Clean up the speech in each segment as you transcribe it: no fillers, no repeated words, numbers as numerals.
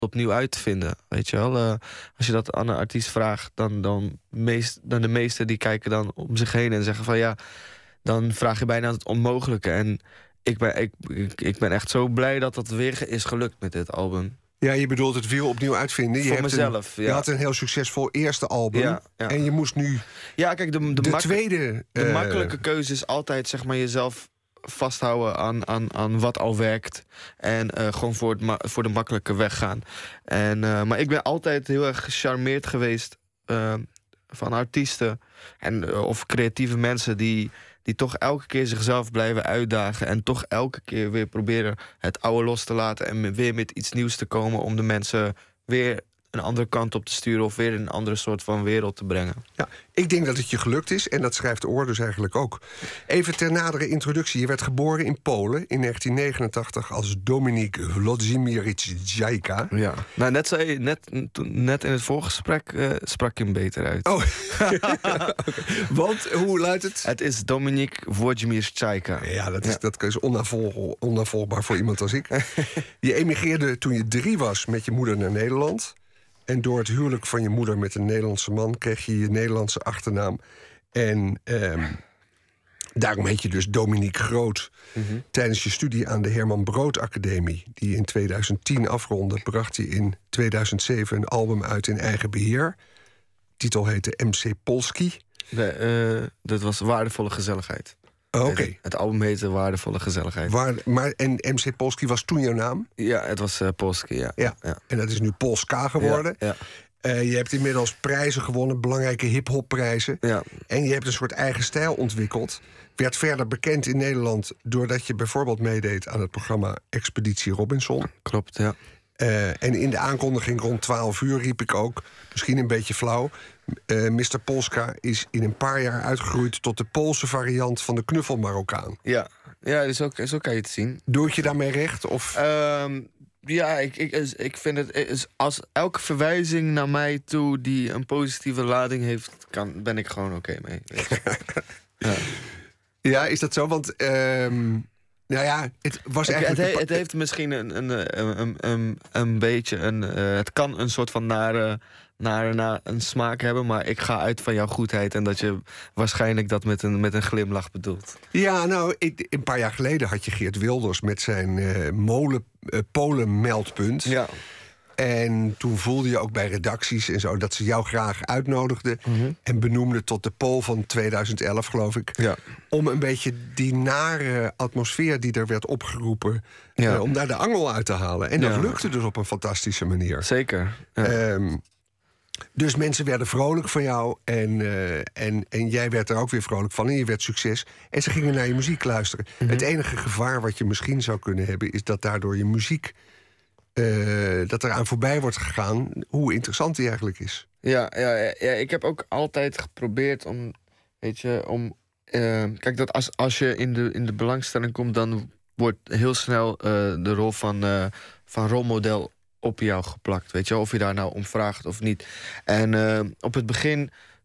opnieuw uit te vinden. Weet je wel? Als je dat aan een artiest vraagt, dan de meesten die kijken dan om zich heen en zeggen van ja, dan vraag je bijna het onmogelijke. En ik ben echt zo blij dat dat weer is gelukt met dit album. Ja, je bedoelt het wiel opnieuw uitvinden. Voor mezelf, Je had een heel succesvol eerste album. Ja. En je moest nu ja, kijk, de tweede... De makkelijke keuze is altijd, zeg maar, jezelf vasthouden aan wat al werkt. En gewoon voor de makkelijke weg gaan. Maar ik ben altijd heel erg gecharmeerd geweest van artiesten of creatieve mensen die toch elke keer zichzelf blijven uitdagen. En toch elke keer weer proberen het oude los te laten en weer met iets nieuws te komen om de mensen weer een andere kant op te sturen of weer een andere soort van wereld te brengen. Ja, ik denk dat het je gelukt is en dat schrijft de Oor dus eigenlijk ook. Even ter nadere introductie. Je werd geboren in Polen in 1989 als Dominik Włodzimierz Jajka. Ja, nou, net in het voorgesprek sprak je hem beter uit. Oh, okay. Want hoe luidt het? Het is Dominik Włodzimierz Jajka. Ja, dat is onafvolgbaar voor iemand als ik. Je emigreerde toen je 3 was met je moeder naar Nederland. En door het huwelijk van je moeder met een Nederlandse man kreeg je je Nederlandse achternaam. En daarom heet je dus Dominique Groot. Mm-hmm. Tijdens je studie aan de Herman Brood Academie, die je in 2010 afrondde, bracht hij in 2007 een album uit in eigen beheer. De titel heette MC Polski. Dat was Waardevolle Gezelligheid. Oh, oké. Het album heette Waardevolle Gezelligheid. En MC Polski was toen jouw naam? Ja, het was Polski, ja. En dat is nu Polska geworden. Ja. Je hebt inmiddels prijzen gewonnen, belangrijke hip-hopprijzen. Ja. En je hebt een soort eigen stijl ontwikkeld. Werd verder bekend in Nederland doordat je bijvoorbeeld meedeed aan het programma Expeditie Robinson. Klopt, ja. En in de aankondiging rond 12 uur riep ik ook, misschien een beetje flauw, Mr. Polska is in een paar jaar uitgegroeid tot de Poolse variant van de knuffelmarokkaan. Ja, dus zo kan je het zien. Doe ik je daarmee recht? Of? Ja, ik vind het... Als elke verwijzing naar mij toe die een positieve lading heeft, ben ik gewoon oké mee. Ja, is dat zo? Want... nou ja, het was eigenlijk... Het heeft misschien een beetje het kan een soort van naar een smaak hebben, maar ik ga uit van jouw goedheid en dat je waarschijnlijk dat met een glimlach bedoelt. Ja, nou, een paar jaar geleden had je Geert Wilders met zijn Polen-meldpunt. Ja. En toen voelde je ook bij redacties en zo dat ze jou graag uitnodigden. Mm-hmm. En benoemden tot de Pool van 2011, geloof ik. Ja. Om een beetje die nare atmosfeer die er werd opgeroepen, om daar de angel uit te halen. En dat lukte dus op een fantastische manier. Zeker. Ja. Dus mensen werden vrolijk van jou en jij werd er ook weer vrolijk van en je werd succes. En ze gingen naar je muziek luisteren. Mm-hmm. Het enige gevaar wat je misschien zou kunnen hebben is dat daardoor je muziek dat er aan voorbij wordt gegaan hoe interessant die eigenlijk is. Ja, ik heb ook altijd geprobeerd om, kijk, dat als je in de belangstelling komt, dan wordt heel snel de rol van rolmodel op jou geplakt, weet je, of je daar nou om vraagt of niet. En op het begin,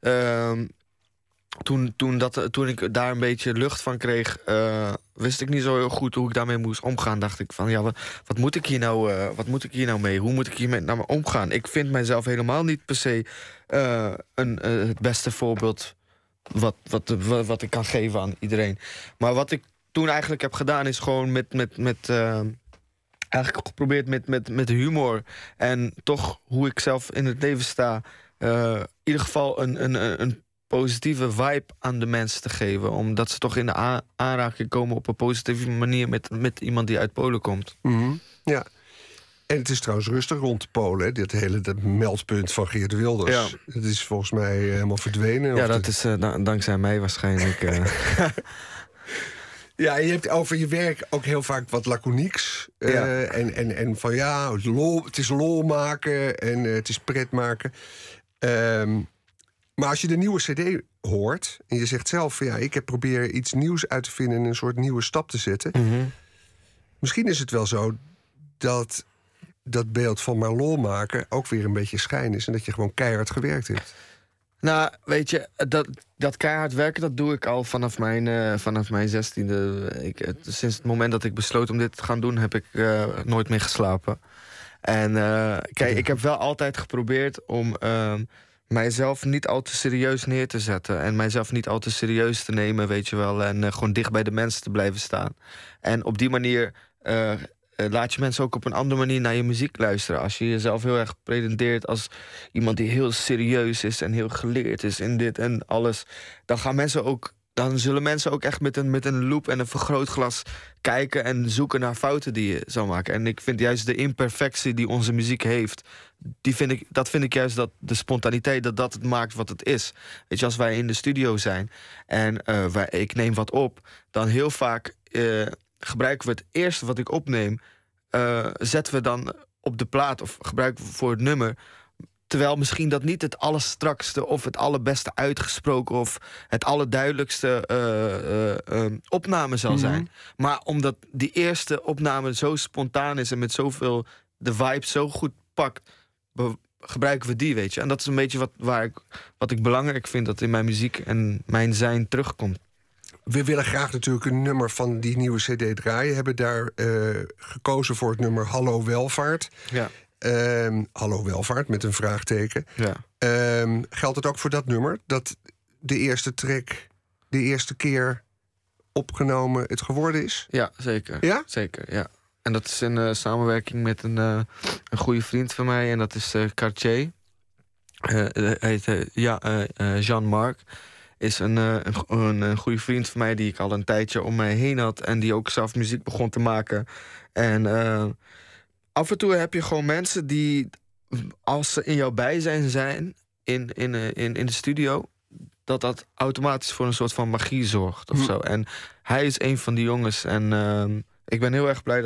toen ik daar een beetje lucht van kreeg, wist ik niet zo heel goed hoe ik daarmee moest omgaan. Dacht ik van, ja, wat moet ik hier nou mee? Hoe moet ik hiermee naar me omgaan? Ik vind mijzelf helemaal niet per se het beste voorbeeld wat ik kan geven aan iedereen. Maar wat ik toen eigenlijk heb gedaan is gewoon eigenlijk geprobeerd met humor en toch hoe ik zelf in het leven sta, in ieder geval een positieve vibe aan de mensen te geven, omdat ze toch in de aanraking komen op een positieve manier met iemand die uit Polen komt. Mm-hmm. Ja. En het is trouwens rustig rond Polen, hè? Dat meldpunt van Geert Wilders. Ja. Dat is volgens mij helemaal verdwenen. Ja, dat is dankzij mij waarschijnlijk. Ja, en je hebt over je werk ook heel vaak wat laconieks. En van het is lol maken en het is pret maken. Maar als je de nieuwe cd hoort en je zegt zelf van ik heb proberen iets nieuws uit te vinden en een soort nieuwe stap te zetten. Mm-hmm. Misschien is het wel zo dat beeld van maar lol maken ook weer een beetje schijn is en dat je gewoon keihard gewerkt hebt. Nou, weet je, dat keihard werken, dat doe ik al vanaf mijn 16e. Sinds het moment dat ik besloot om dit te gaan doen, heb ik nooit meer geslapen. En kijk, ik heb wel altijd geprobeerd om mijzelf niet al te serieus neer te zetten. En mijzelf niet al te serieus te nemen, weet je wel. En gewoon dicht bij de mensen te blijven staan. En op die manier laat je mensen ook op een andere manier naar je muziek luisteren. Als je jezelf heel erg presenteert als iemand die heel serieus is en heel geleerd is in dit en alles, dan zullen mensen ook echt met een loop en een vergrootglas kijken en zoeken naar fouten die je zou maken. En ik vind juist de imperfectie die onze muziek heeft, dat vind ik juist dat de spontaniteit, dat het maakt wat het is. Weet je, als wij in de studio zijn en ik neem wat op, dan heel vaak gebruiken we het eerste wat ik opneem, zetten we dan op de plaat of gebruiken we voor het nummer. Terwijl misschien dat niet het allerstrakste of het allerbeste uitgesproken of het allerduidelijkste opname zal zijn. Maar omdat die eerste opname zo spontaan is en met zoveel de vibe zo goed pakt, gebruiken we die, weet je. En dat is een beetje wat ik belangrijk vind, dat in mijn muziek en mijn zijn terugkomt. We willen graag natuurlijk een nummer van die nieuwe CD draaien. Hebben daar gekozen voor het nummer Hallo Welvaart. Ja. Hallo Welvaart, met een vraagteken. Ja. Geldt het ook voor dat nummer? Dat de eerste track de eerste keer opgenomen het geworden is? Ja, zeker. Ja? Zeker, ja. En dat is in samenwerking met een goede vriend van mij. En dat is Cartier. Jean-Marc. Is een goede vriend van mij die ik al een tijdje om mij heen had. En die ook zelf muziek begon te maken. En af en toe heb je gewoon mensen die, als ze in jouw bijzijn zijn in de studio, dat automatisch voor een soort van magie zorgt of zo. En hij is een van die jongens. En ik ben heel erg blij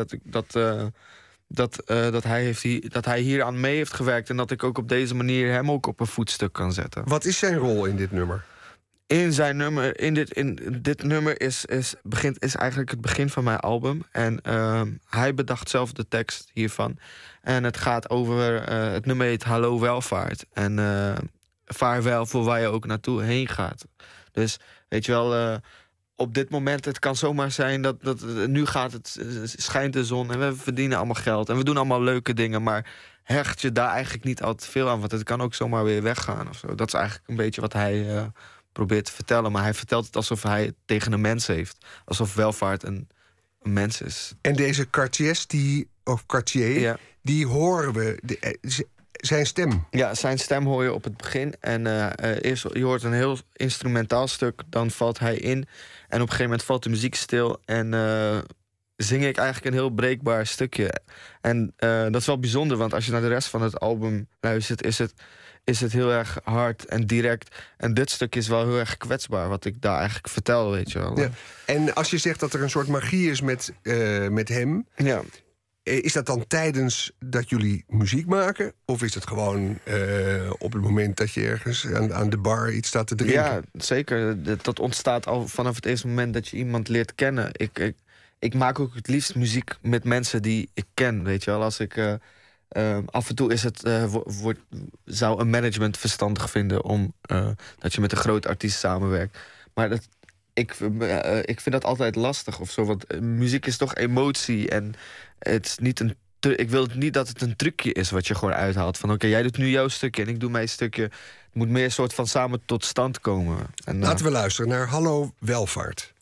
dat hij hier aan mee heeft gewerkt. En dat ik ook op deze manier hem ook op een voetstuk kan zetten. Wat is zijn rol in dit nummer? In dit nummer is eigenlijk het begin van mijn album. En hij bedacht zelf de tekst hiervan. En het gaat over, het nummer heet Hallo Welvaart. En vaarwel voor waar je ook naartoe heen gaat. Dus weet je wel, op dit moment, het kan zomaar zijn dat nu schijnt de zon en we verdienen allemaal geld. En we doen allemaal leuke dingen, maar hecht je daar eigenlijk niet al te veel aan. Want het kan ook zomaar weer weggaan of zo. Dat is eigenlijk een beetje wat hij probeert te vertellen. Maar hij vertelt het alsof hij het tegen een mens heeft. Alsof welvaart een mens is. En deze Cartier, die horen we, zijn stem. Ja, zijn stem hoor je op het begin. En eerst je hoort een heel instrumentaal stuk. Dan valt hij in. En op een gegeven moment valt de muziek stil. En zing ik eigenlijk een heel breekbaar stukje. En dat is wel bijzonder. Want als je naar de rest van het album luistert, is het heel erg hard en direct. En dit stuk is wel heel erg kwetsbaar, wat ik daar eigenlijk vertel, weet je wel. Ja. En als je zegt dat er een soort magie is met hem, ja. Is dat dan tijdens dat jullie muziek maken? Of is het gewoon op het moment dat je ergens aan de bar iets staat te drinken? Ja, zeker. Dat ontstaat al vanaf het eerste moment dat je iemand leert kennen. Ik maak ook het liefst muziek met mensen die ik ken, weet je wel. Als ik af en toe is het, zou een management verstandig vinden om dat je met een groot artiest samenwerkt. Maar ik vind dat altijd lastig of zo. Want muziek is toch emotie. En het is niet ik wil niet dat het een trucje is wat je gewoon uithaalt. Van oké, jij doet nu jouw stukje en ik doe mijn stukje. Het moet meer een soort van samen tot stand komen. En, laten we luisteren naar Hallo Welvaart.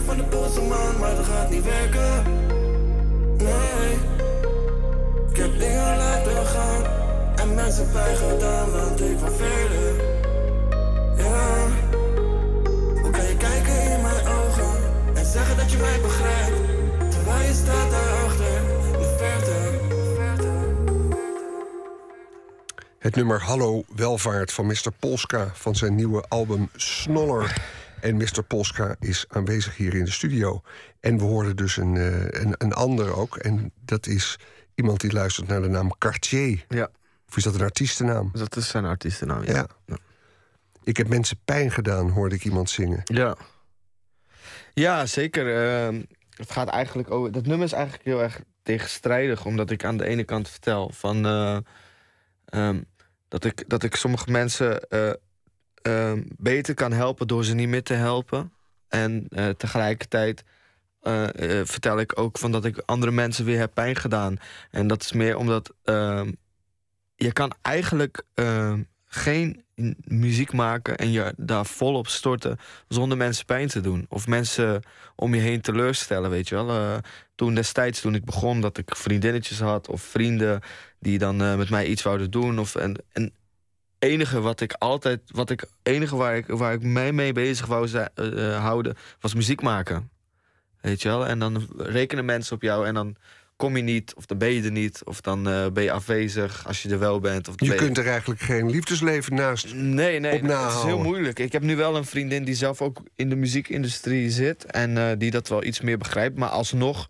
van de postman, maar dat gaat niet werken. Nee, ik heb dingen laten gaan en mensen bijgedaan, want ik wil verder. Ja, hoe kan je kijken in mijn ogen en zeggen dat je mij begrijpt, terwijl je staat daarachter in de verte. Het nummer Hallo Welvaart van Mr. Polska van zijn nieuwe album Snoller. En Mr. Polska is aanwezig hier in de studio. En we hoorden dus een ander ook. En dat is iemand die luistert naar de naam Cartier. Ja. Of is dat een artiestennaam? Dat is zijn artiestennaam, ja. Ja. Ik heb mensen pijn gedaan, hoorde ik iemand zingen. Ja. Ja, zeker. Het gaat eigenlijk over... Dat nummer is eigenlijk heel erg tegenstrijdig. Omdat ik aan de ene kant vertel van... dat ik sommige mensen beter kan helpen door ze niet meer te helpen. En tegelijkertijd vertel ik ook van dat ik andere mensen weer heb pijn gedaan. En dat is meer omdat je kan eigenlijk geen muziek maken en je daar volop storten zonder mensen pijn te doen. Of mensen om je heen teleurstellen, weet je wel. Toen destijds, toen ik begon, dat ik vriendinnetjes had of vrienden die dan met mij iets wouden doen. Enige waar ik mij mee bezig wou houden, was muziek maken. Weet je wel? En dan rekenen mensen op jou en dan kom je niet, of dan ben je er niet, of dan ben je afwezig als je er wel bent. Of je kunt er eigenlijk geen liefdesleven naast nee, op nahouden. Het is heel moeilijk. Ik heb nu wel een vriendin die zelf ook in de muziekindustrie zit en die dat wel iets meer begrijpt, maar alsnog,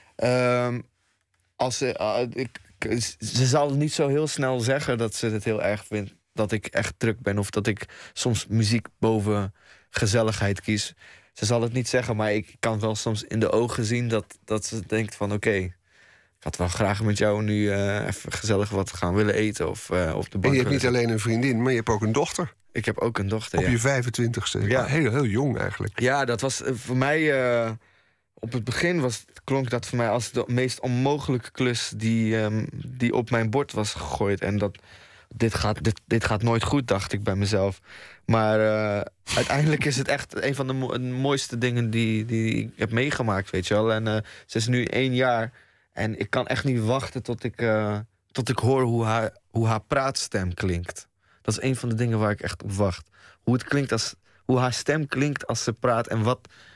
ze zal niet zo heel snel zeggen dat ze het heel erg vindt dat ik echt druk ben of dat ik soms muziek boven gezelligheid kies. Ze zal het niet zeggen, maar ik kan wel soms in de ogen zien dat ze denkt van oké, ik had wel graag met jou nu even gezellig wat gaan willen eten of op de bank. En je hebt niet alleen een vriendin, maar je hebt ook een dochter. Ik heb ook een dochter, op ja. Je 25ste. Ja. Heel jong eigenlijk. Ja, dat was voor mij... op het begin klonk dat voor mij als de meest onmogelijke klus die op mijn bord was gegooid. En dit gaat nooit goed, dacht ik bij mezelf. Maar uiteindelijk is het echt een van de mooiste dingen die ik heb meegemaakt, weet je wel. En ze is nu 1 jaar en ik kan echt niet wachten tot ik hoor hoe haar praatstem klinkt. Dat is een van de dingen waar ik echt op wacht. Hoe haar stem klinkt als ze praat en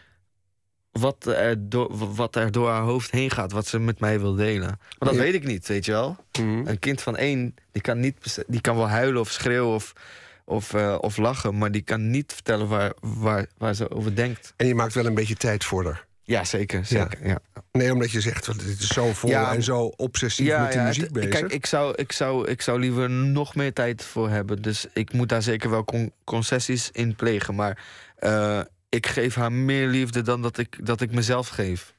wat er door haar hoofd heen gaat, wat ze met mij wil delen. Maar dat weet ik niet, weet je wel. Mm-hmm. Een kind van 1, die kan wel huilen of schreeuwen of lachen, maar die kan niet vertellen waar ze over denkt. En je maakt wel een beetje tijd voor haar. Ja, zeker. Ja. Nee, omdat je zegt, dit is zo vol en zo obsessief met de muziek bezig. Kijk, ik zou liever nog meer tijd voor hebben. Dus ik moet daar zeker wel concessies in plegen. Maar ik geef haar meer liefde dan dat ik mezelf geef.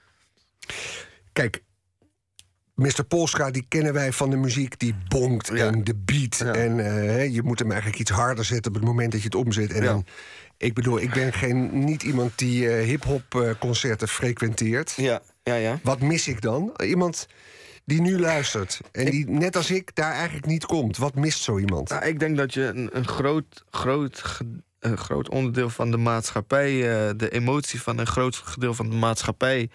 Kijk, Mr. Polska, die kennen wij van de muziek die bonkt en de beat. Ja. En je moet hem eigenlijk iets harder zetten op het moment dat je het omzet. En dan, ik bedoel, ik ben niet iemand die hip-hop concerten frequenteert. Ja. Wat mis ik dan? Iemand die nu luistert en die net als ik daar eigenlijk niet komt. Wat mist zo iemand? Nou, ik denk dat je een groot onderdeel van de maatschappij, de emotie van een groot gedeelte van de maatschappij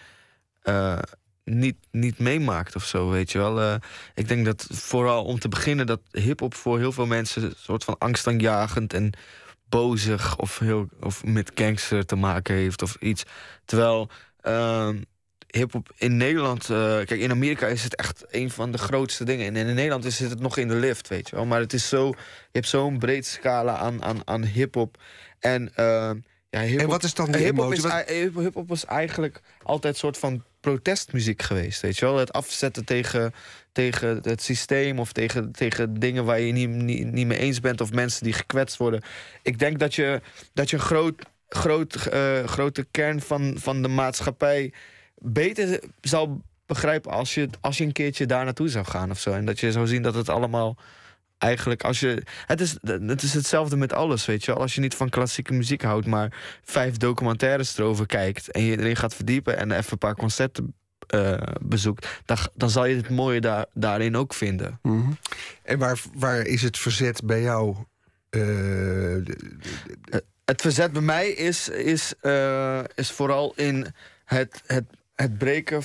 niet meemaakt of zo, weet je wel. Ik denk dat vooral om te beginnen dat hiphop voor heel veel mensen een soort van angstaanjagend en bozig of met gangster te maken heeft of iets. Terwijl hiphop in Nederland, kijk, in Amerika is het echt een van de grootste dingen. En in Nederland zit het nog in de lift, weet je wel. Maar het is je hebt zo'n breed scala aan hiphop. En en wat is dan die emotie? Hiphop is eigenlijk altijd een soort van protestmuziek geweest, weet je wel. Het afzetten tegen het systeem of tegen dingen waar je niet mee eens bent of mensen die gekwetst worden. Ik denk dat je een grote kern van de maatschappij beter zou begrijpen als je een keertje daar naartoe zou gaan of zo. En dat je zou zien dat het allemaal eigenlijk het is hetzelfde met alles, weet je wel. Als je niet van klassieke muziek houdt, maar 5 documentaires erover kijkt en je erin gaat verdiepen en even een paar concerten bezoekt, dan zal je het mooie daarin ook vinden. En waar is het verzet bij jou? Het verzet bij mij is vooral in het breken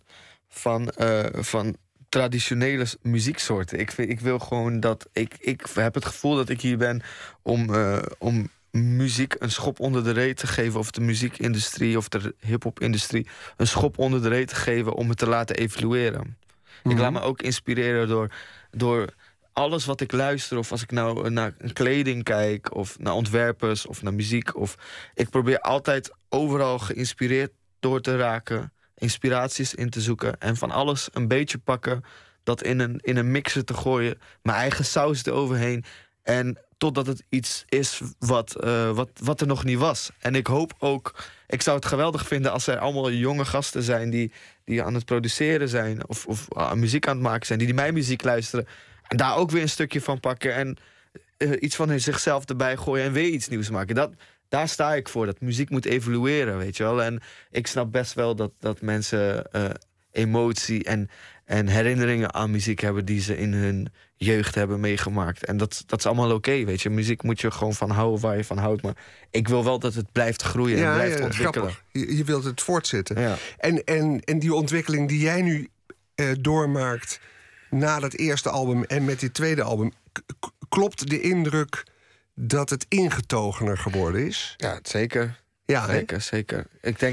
van traditionele muzieksoorten. Ik wil gewoon dat... Ik heb het gevoel dat ik hier ben om muziek een schop onder de reet te geven... of de muziekindustrie of de hiphop-industrie een schop onder de reet te geven... om het te laten evolueren. Ik laat me ook inspireren door alles wat ik luister... of als ik nou naar kleding kijk, of naar ontwerpers, of naar muziek... ik probeer altijd overal geïnspireerd door te raken... inspiraties in te zoeken en van alles een beetje pakken... dat in een mixer te gooien, mijn eigen saus eroverheen... en totdat het iets is wat er nog niet was. En ik hoop ook... Ik zou het geweldig vinden als er allemaal jonge gasten zijn... die aan het produceren zijn of muziek aan het maken zijn... die mijn muziek luisteren en daar ook weer een stukje van pakken... en iets van zichzelf erbij gooien en weer iets nieuws maken. Daar sta ik voor, dat muziek moet evolueren, weet je wel. En ik snap best wel dat mensen emotie en herinneringen aan muziek hebben... die ze in hun jeugd hebben meegemaakt. En dat is allemaal oké, weet je. Muziek moet je gewoon van houden waar je van houdt. Maar ik wil wel dat het blijft groeien en blijft ontwikkelen. Je wilt het voortzetten. Ja. En die ontwikkeling die jij nu doormaakt... na dat eerste album en met dit tweede album... klopt de indruk dat het ingetogener geworden is? Ja, zeker. Ja, zeker. Ik denk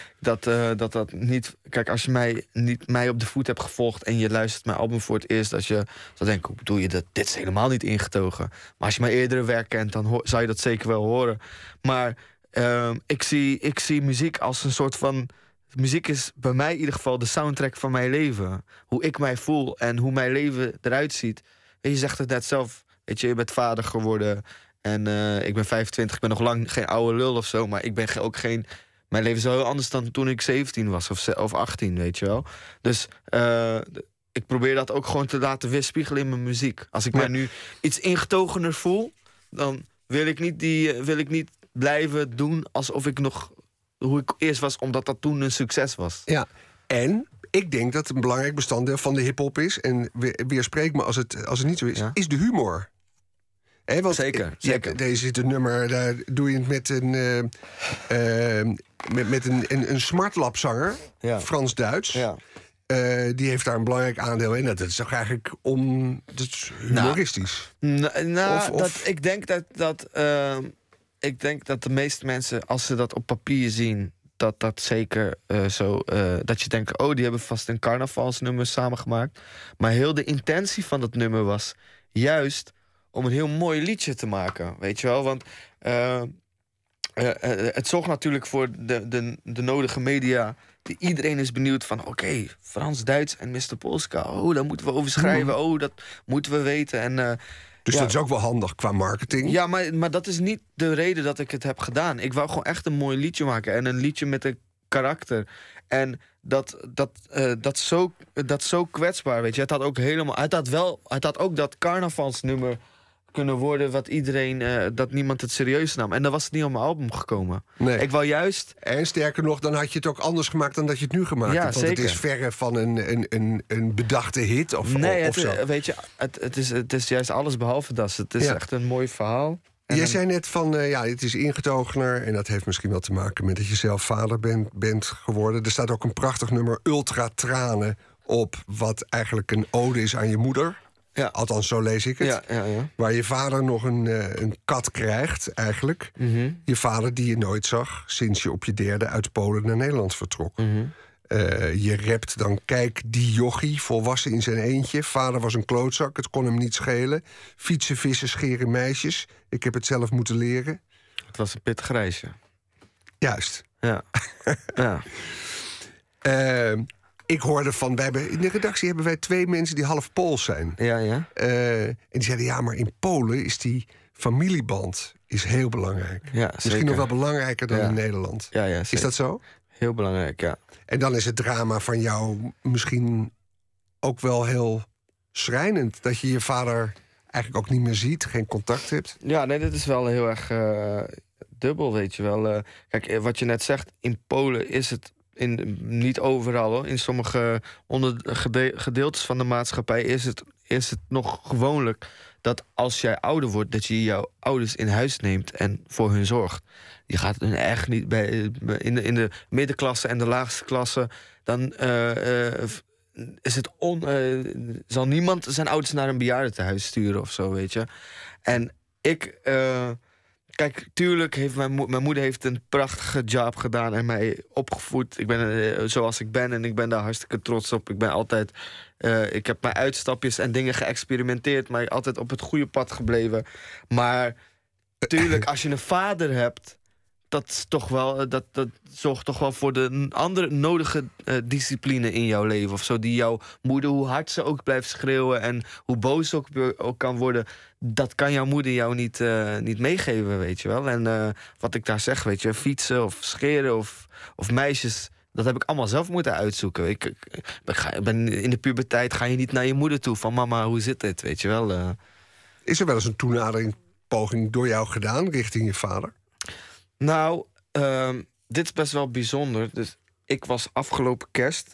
dat niet... Kijk, als je mij op de voet hebt gevolgd... en je luistert mijn album voor het eerst... dat je zou denken, hoe bedoel je dat? Dit is helemaal niet ingetogen. Maar als je mijn eerdere werk kent... dan zou je dat zeker wel horen. Maar ik zie muziek als een soort van... Muziek is bij mij in ieder geval de soundtrack van mijn leven. Hoe ik mij voel en hoe mijn leven eruit ziet. En je zegt het net zelf. Weet je bent vader geworden... En ik ben 25, ik ben nog lang geen oude lul of zo... maar ik ben ook geen... Mijn leven is wel heel anders dan toen ik 17 was of 18, weet je wel. Dus ik probeer dat ook gewoon te laten weerspiegelen in mijn muziek. Als ik mij nu iets ingetogener voel... dan wil ik niet blijven doen alsof ik nog... hoe ik eerst was, omdat dat toen een succes was. Ja, en... Ik denk dat het een belangrijk bestanddeel van de hiphop is... en weerspreek me als het niet zo is, is de humor. Want zeker. Deze zit een nummer, daar doe je het met een smartlapzanger, Frans-Duits. Ja. Die heeft daar een belangrijk aandeel in. Dat is toch eigenlijk dat is humoristisch? Ik denk dat de meeste mensen, als ze dat op papier zien... dat zeker zo... dat je denkt, die hebben vast een carnavalsnummer samengemaakt. Maar heel de intentie van dat nummer was... juist om een heel mooi liedje te maken, weet je wel? Want het zorgt natuurlijk voor de nodige media... Iedereen is benieuwd van, oké, Frans-Duits en Mr. Polska... daar moeten we over schrijven, dat moeten we weten. En, dus dat is ook wel handig qua marketing? Ja, maar dat is niet de reden dat ik het heb gedaan. Ik wou gewoon echt een mooi liedje maken. En een liedje met een karakter. En dat zo kwetsbaar, weet je. Het had ook dat carnavalsnummer kunnen worden... wat iedereen, dat niemand het serieus nam. En dan was het niet op mijn album gekomen. Nee. Ik wou juist... En sterker nog, dan had je het ook anders gemaakt... dan dat je het nu gemaakt hebt. Want zeker. Het is verre van een bedachte hit of zo. Weet je, het is juist alles behalve dat. Het is echt een mooi verhaal. Jij zei net van, het is ingetogener... en dat heeft misschien wel te maken met dat je zelf vader bent geworden. Er staat ook een prachtig nummer, Ultra Tranen... op wat eigenlijk een ode is aan je moeder... Ja. Althans, zo lees ik het. Ja. Waar je vader nog een kat krijgt, eigenlijk. Mm-hmm. Je vader die je nooit zag sinds je op je 3e uit Polen naar Nederland vertrok. Mm-hmm. Je rapt dan, kijk, die jochie, volwassen in zijn eentje. Vader was een klootzak, het kon hem niet schelen. Fietsen, vissen, scheren meisjes. Ik heb het zelf moeten leren. Het was een pittig reisje. Juist. Ja. Ik hoorde van, in de redactie hebben wij 2 mensen die half Pools zijn. Ja. En die zeiden, maar in Polen is die familieband heel belangrijk. Ja, misschien nog wel belangrijker dan in Nederland. Ja, is dat zo? Heel belangrijk, ja. En dan is het drama van jou misschien ook wel heel schrijnend. Dat je je vader eigenlijk ook niet meer ziet, geen contact hebt. Ja, nee, dit is wel heel erg dubbel, weet je wel. Kijk, wat je net zegt, in Polen is het... niet overal, hoor. In sommige gedeeltes van de maatschappij is het nog gewoonlijk dat als jij ouder wordt, dat je jouw ouders in huis neemt en voor hun zorgt. Je gaat hun echt niet in de middenklasse en de laagste klasse, dan is het zal niemand zijn ouders naar een bejaardentehuis sturen of zo, weet je. En kijk, tuurlijk heeft mijn moeder heeft een prachtige job gedaan en mij opgevoed. Ik ben zoals ik ben en ik ben daar hartstikke trots op. Ik heb mijn uitstapjes en dingen geëxperimenteerd, maar altijd op het goede pad gebleven. Maar tuurlijk, als je een vader hebt, dat zorgt toch wel voor de andere nodige discipline in jouw leven of zo. Die jouw moeder, hoe hard ze ook blijft schreeuwen en hoe boos ze ook kan worden, dat kan jouw moeder jou niet meegeven, weet je wel. En wat ik daar zeg, weet je, fietsen of scheren of meisjes, dat heb ik allemaal zelf moeten uitzoeken. Ik ben in de puberteit, ga je niet naar je moeder toe van mama, hoe zit dit, weet je wel. Is er wel eens een toenaderingspoging door jou gedaan richting je vader? Nou, dit is best wel bijzonder. Dus ik was afgelopen kerst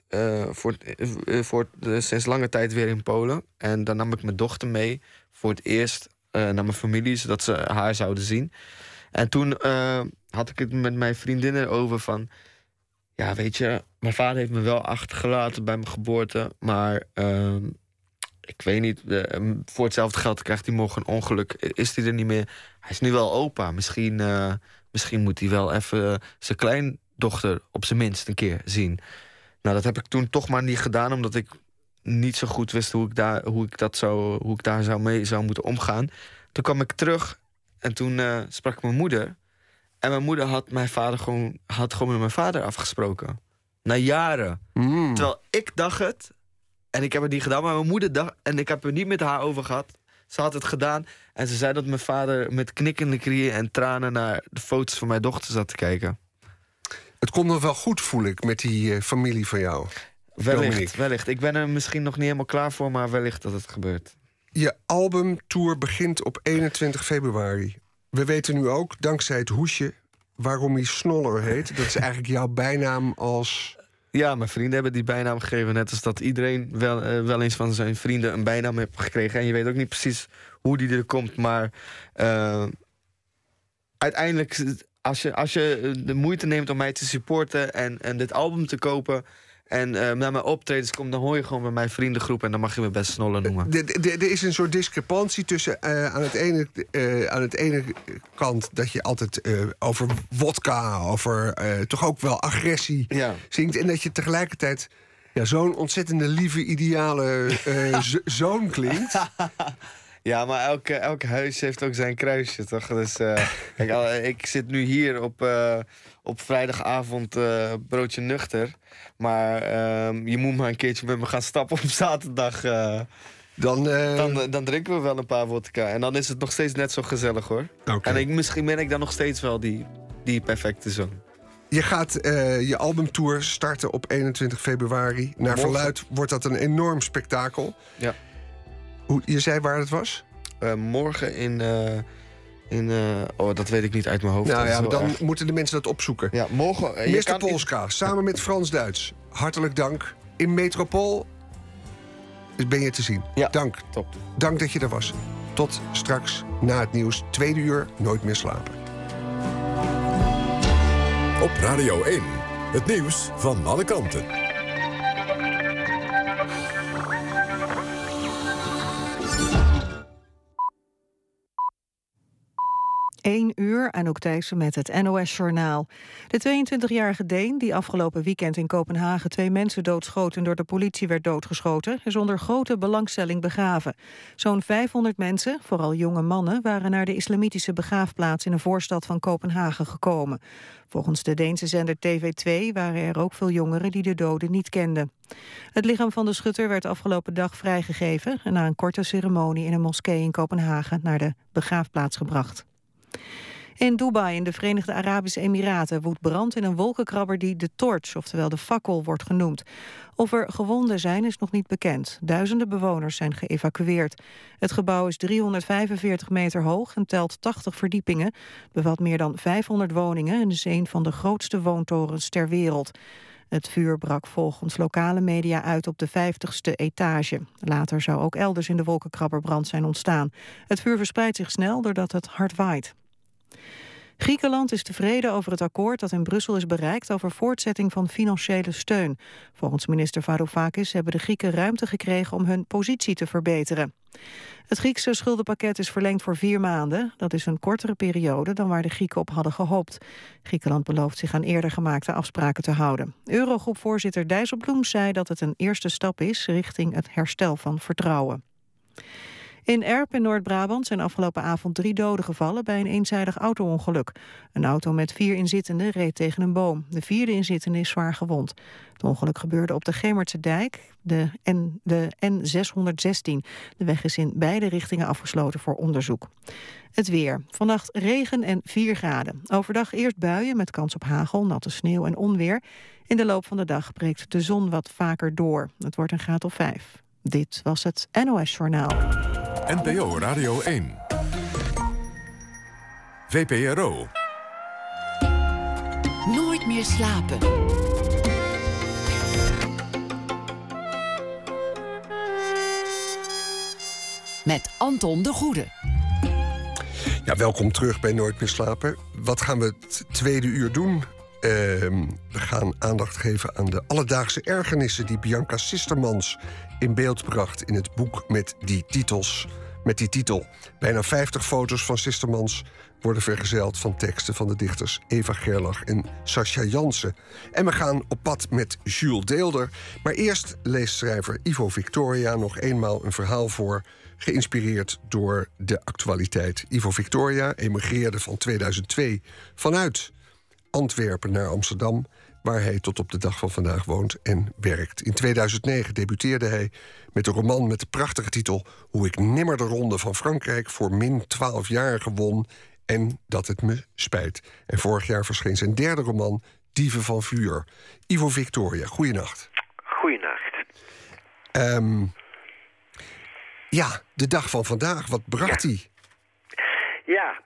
sinds lange tijd weer in Polen. En dan nam ik mijn dochter mee voor het eerst naar mijn familie, zodat ze haar zouden zien. En toen had ik het met mijn vriendinnen over van, ja, weet je, mijn vader heeft me wel achtergelaten bij mijn geboorte, maar ik weet niet, voor hetzelfde geld krijgt hij morgen een ongeluk. Is hij er niet meer? Hij is nu wel opa. Misschien moet hij wel even zijn kleindochter op zijn minst een keer zien. Nou, dat heb ik toen toch maar niet gedaan, omdat ik niet zo goed wist hoe ik daar mee zou moeten omgaan. Toen kwam ik terug en toen sprak ik mijn moeder. En mijn moeder had gewoon met mijn vader afgesproken. Na jaren. Terwijl ik dacht het, en ik heb het niet gedaan, maar mijn moeder dacht, en ik heb er niet met haar over gehad. Ze had het gedaan en ze zei dat mijn vader met knikkende knieën en tranen naar de foto's van mijn dochter zat te kijken. Het komt nog wel goed, voel ik, met die familie van jou. Wellicht. Ik ben er misschien nog niet helemaal klaar voor, maar wellicht dat het gebeurt. Je albumtour begint op 21 februari. We weten nu ook, dankzij het hoesje, waarom hij Snoller heet. Dat is eigenlijk jouw bijnaam als... Ja, mijn vrienden hebben die bijnaam gegeven. Net als dat iedereen wel eens van zijn vrienden een bijnaam heeft gekregen. En je weet ook niet precies hoe die er komt. Maar uiteindelijk, als je de moeite neemt om mij te supporten en dit album te kopen en naar mijn optredens komt, dan hoor je gewoon bij mijn vriendengroep en dan mag je me best Snoller noemen. Er is een soort discrepantie tussen aan het ene kant dat je altijd over wodka, over toch ook wel agressie zingt, en dat je tegelijkertijd zo'n ontzettende lieve, ideale zoon klinkt. Ja, maar elk huis heeft ook zijn kruisje, toch? Dus kijk, ik zit nu hier op vrijdagavond broodje nuchter. Maar je moet maar een keertje met me gaan stappen op zaterdag. Dan drinken we wel een paar vodka. En dan is het nog steeds net zo gezellig, hoor. Okay. En misschien ben ik dan nog steeds wel die perfecte zoon. Je gaat je albumtour starten op 21 februari. Naar verluid wordt dat een enorm spektakel. Ja. Je zei waar het was? Morgen dat weet ik niet uit mijn hoofd. Nou ja, dan moeten de mensen dat opzoeken. Ja, morgen. Mr. Polska, samen met Frans-Duits. Hartelijk dank. In Metropool ben je te zien. Ja, dank. Top. Dank dat je er was. Tot straks na het nieuws. 2 uur, nooit meer slapen. Op Radio 1, het nieuws van alle kanten. 1 uur, Anouk Thijssen met het NOS-journaal. De 22-jarige Deen, die afgelopen weekend in Kopenhagen 2 mensen doodschoot en door de politie werd doodgeschoten, is onder grote belangstelling begraven. Zo'n 500 mensen, vooral jonge mannen, waren naar de islamitische begraafplaats in een voorstad van Kopenhagen gekomen. Volgens de Deense zender TV2 waren er ook veel jongeren die de doden niet kenden. Het lichaam van de schutter werd afgelopen dag vrijgegeven en na een korte ceremonie in een moskee in Kopenhagen naar de begraafplaats gebracht. In Dubai, in de Verenigde Arabische Emiraten, woedt brand in een wolkenkrabber die de torch, oftewel de fakkel, wordt genoemd. Of er gewonden zijn, is nog niet bekend. Duizenden bewoners zijn geëvacueerd. Het gebouw is 345 meter hoog en telt 80 verdiepingen. Het bevat meer dan 500 woningen en is een van de grootste woontorens ter wereld. Het vuur brak volgens lokale media uit op de 50ste etage. Later zou ook elders in de wolkenkrabber brand zijn ontstaan. Het vuur verspreidt zich snel doordat het hard waait. Griekenland is tevreden over het akkoord dat in Brussel is bereikt over voortzetting van financiële steun. Volgens minister Varoufakis hebben de Grieken ruimte gekregen om hun positie te verbeteren. Het Griekse schuldenpakket is verlengd voor 4 maanden. Dat is een kortere periode dan waar de Grieken op hadden gehoopt. Griekenland belooft zich aan eerder gemaakte afspraken te houden. Eurogroepvoorzitter Dijsselbloem zei dat het een eerste stap is richting het herstel van vertrouwen. In Erp in Noord-Brabant zijn afgelopen avond 3 doden gevallen bij een eenzijdig auto-ongeluk. Een auto met 4 inzittenden reed tegen een boom. De 4e inzittende is zwaar gewond. Het ongeluk gebeurde op de Gemertse dijk, de N616. De weg is in beide richtingen afgesloten voor onderzoek. Het weer. Vannacht regen en 4 graden. Overdag eerst buien met kans op hagel, natte sneeuw en onweer. In de loop van de dag breekt de zon wat vaker door. Het wordt een graad of 5. Dit was het NOS Journaal. NPO Radio 1. VPRO. Nooit meer slapen. Met Anton de Goede. Ja, welkom terug bij Nooit meer slapen. Wat gaan we het tweede uur doen? We gaan aandacht geven aan de alledaagse ergernissen die Bianca Sistermans in beeld bracht in het boek met die titel. Bijna 50 foto's van Sistermans worden vergezeld van teksten van de dichters Eva Gerlach en Sascha Jansen. En we gaan op pad met Jules Deelder. Maar eerst leest schrijver Ivo Victoria nog eenmaal een verhaal voor, geïnspireerd door de actualiteit. Ivo Victoria emigreerde van 2002 vanuit Antwerpen naar Amsterdam, waar hij tot op de dag van vandaag woont en werkt. In 2009 debuteerde hij met een roman met de prachtige titel Hoe ik nimmer de Ronde van Frankrijk voor min 12-jarigen won en dat het me spijt. En vorig jaar verscheen zijn derde roman Dieven van Vuur. Ivo Victoria, goeienacht. Goeienacht. Ja, de dag van vandaag, wat bracht hij? Ja,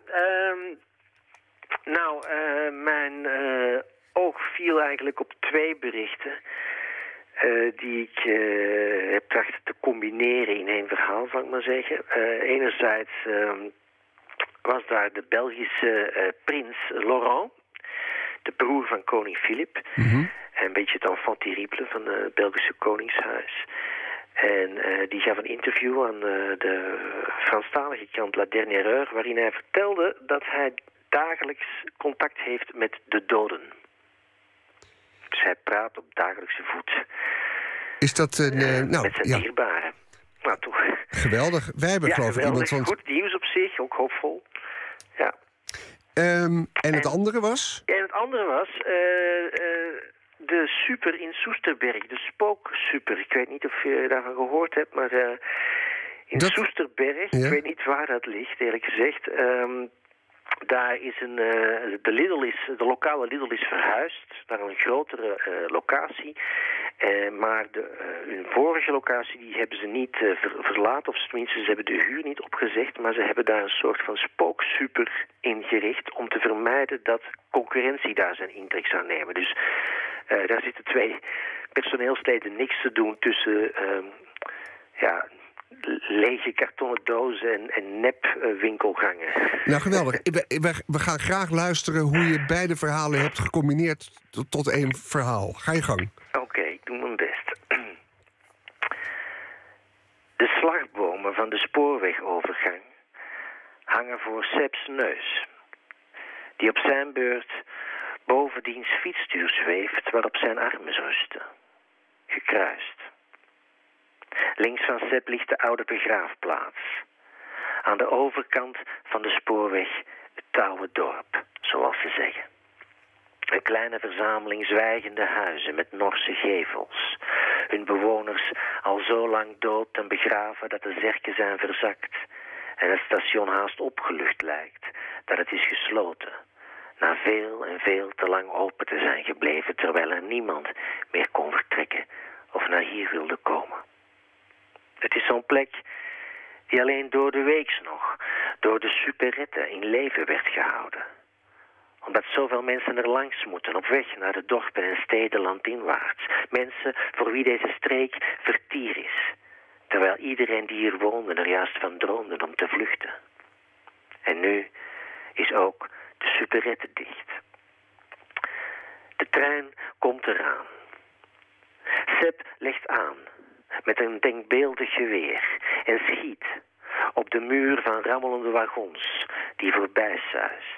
mijn oog viel eigenlijk op 2 berichten die ik heb trachten te combineren in één verhaal, zal ik maar zeggen. Enerzijds was daar de Belgische prins Laurent, de broer van koning Filip. Mm-hmm. Een beetje het enfant terrible van het Belgische koningshuis. En die gaf een interview aan de Franstalige krant La Dernière Heure, waarin hij vertelde dat hij dagelijks contact heeft met de doden. Dus hij praat op dagelijkse voet. Is dat met zijn dierbaren. Nou, toch. Geweldig. Wij hebben geloof ik iemand van... Goed nieuws op zich, ook hoopvol. Ja. En het andere was? En het andere was de super in Soesterberg, de spooksuper. Ik weet niet of je daarvan gehoord hebt, maar in Soesterberg, ik weet niet waar dat ligt, eerlijk gezegd. Daar is de lokale Lidl is verhuisd naar een grotere locatie. Maar hun vorige locatie die hebben ze niet verlaten, of tenminste ze hebben de huur niet opgezegd, maar ze hebben daar een soort van spooksuper ingericht om te vermijden dat concurrentie daar zijn intrek zou nemen. Dus daar zitten 2 personeelsleden niks te doen tussen lege kartonnen dozen en nepwinkelgangen. Nou, geweldig. We gaan graag luisteren hoe je beide verhalen hebt gecombineerd tot één verhaal. Ga je gang. Oké, ik doe mijn best. De slagbomen van de spoorwegovergang hangen voor Seps neus, die op zijn beurt boven diens fietsstuur zweeft waarop zijn armen rusten, gekruist. Links van Sepp ligt de oude begraafplaats. Aan de overkant van de spoorweg het oude dorp, zoals ze zeggen. Een kleine verzameling zwijgende huizen met Norse gevels. Hun bewoners al zo lang dood en begraven dat de zerken zijn verzakt. En het station haast opgelucht lijkt dat het is gesloten. Na veel en veel te lang open te zijn gebleven, terwijl er niemand meer kon vertrekken of naar hier wilde komen. Het is zo'n plek die alleen door de weeks nog door de superetten in leven werd gehouden. Omdat zoveel mensen er langs moeten, op weg naar de dorpen en steden landinwaarts. Mensen voor wie deze streek vertier is. Terwijl iedereen die hier woonde er juist van droomde om te vluchten. En nu is ook de supérette dicht. De trein komt eraan. Sepp legt aan met een denkbeeldig geweer en schiet op de muur van rammelende wagons die voorbij suist.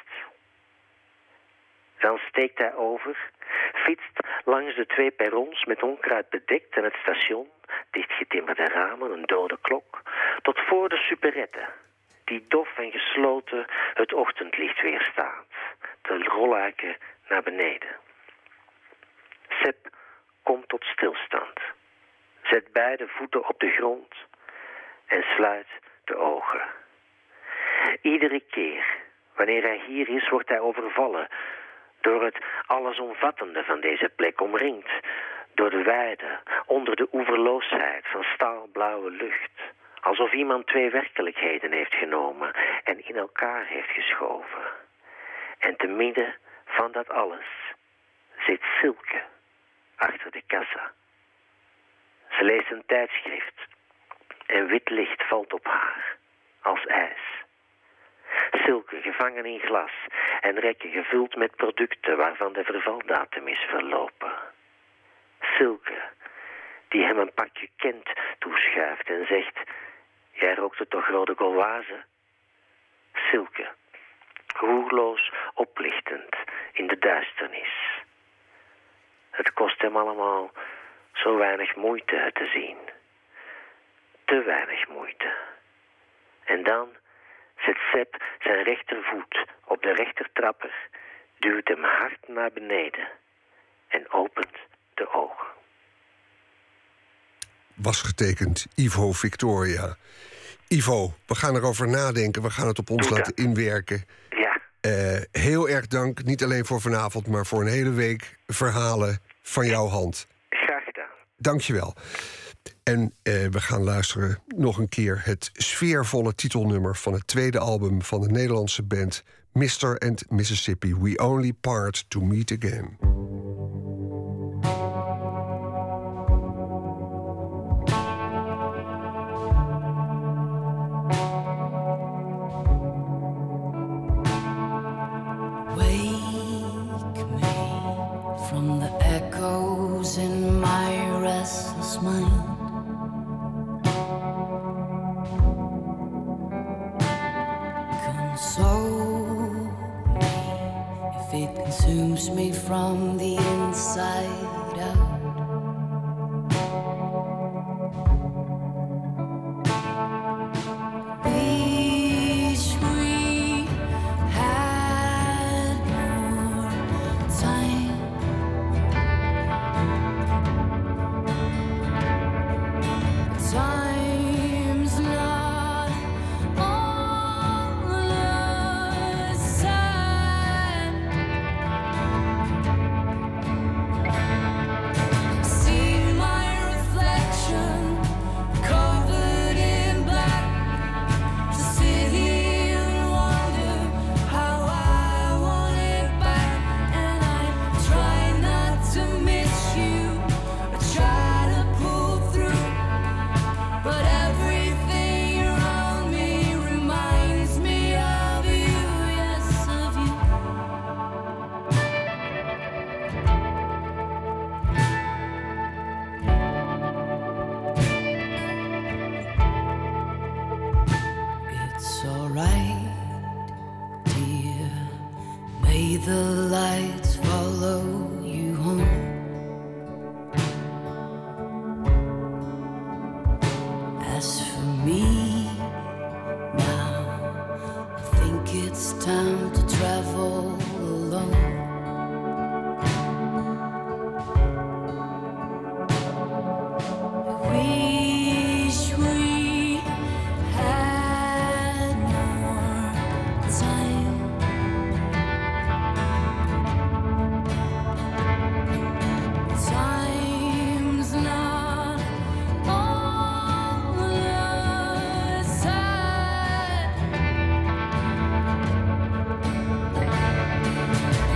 Dan steekt hij over, fietst langs de 2 perrons met onkruid bedekt en het station, dichtgetimmerde ramen, een dode klok, tot voor de supérette, die dof en gesloten het ochtendlicht weerstaat, de rolluiken naar beneden. Sepp komt tot stilstand, zet beide voeten op de grond en sluit de ogen. Iedere keer, wanneer hij hier is, wordt hij overvallen door het allesomvattende van deze plek, omringd door de weide, onder de oeverloosheid van staalblauwe lucht. Alsof iemand 2 werkelijkheden heeft genomen en in elkaar heeft geschoven. En te midden van dat alles zit Silke achter de kassa. Ze leest een tijdschrift en wit licht valt op haar, als ijs. Silke gevangen in glas en rekken gevuld met producten waarvan de vervaldatum is verlopen. Silke, die hem een pakje Kent toeschuift en zegt: jij rookte toch rode Gauloise? Silke, roerloos oplichtend in de duisternis. Het kost hem allemaal zo weinig moeite het te zien. Te weinig moeite. En dan zet Sepp zijn rechtervoet op de rechtertrapper, duwt hem hard naar beneden en opent de ogen. Was getekend Ivo Victoria. Ivo, we gaan erover nadenken. We gaan het op ons laten inwerken. Ja. Heel erg dank, niet alleen voor vanavond, maar voor een hele week verhalen van jouw hand. Graag gedaan. Dank je wel. En we gaan luisteren nog een keer het sfeervolle titelnummer van het tweede album van de Nederlandse band Mr. and Mississippi. We Only Part to Meet Again. Wake me from the echoes in my restless mind. Console me if it consumes me from the inside out. Wish we had more time. Time's not on the side. See my reflection covered in black. To sit here and wonder how I want it back. And I try not to miss you, I try to pull through. But everything around me reminds me of you, yes, of you. It's alright, dear. May the lights follow you home. As for me, now I think it's time to travel alone. Wish we had more time. Time's not on the side.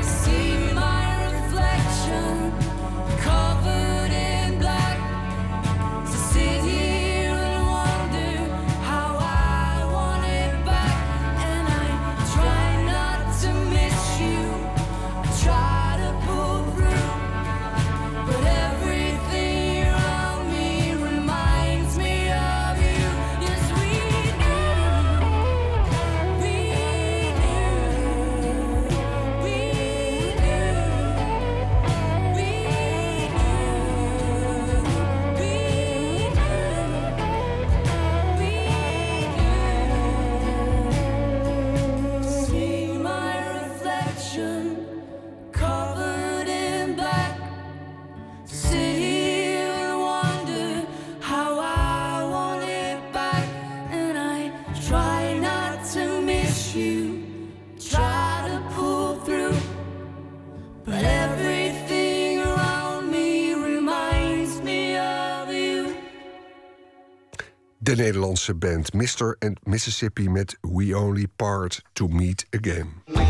De Nederlandse band Mr. and Mississippi met We Only Part to Meet Again.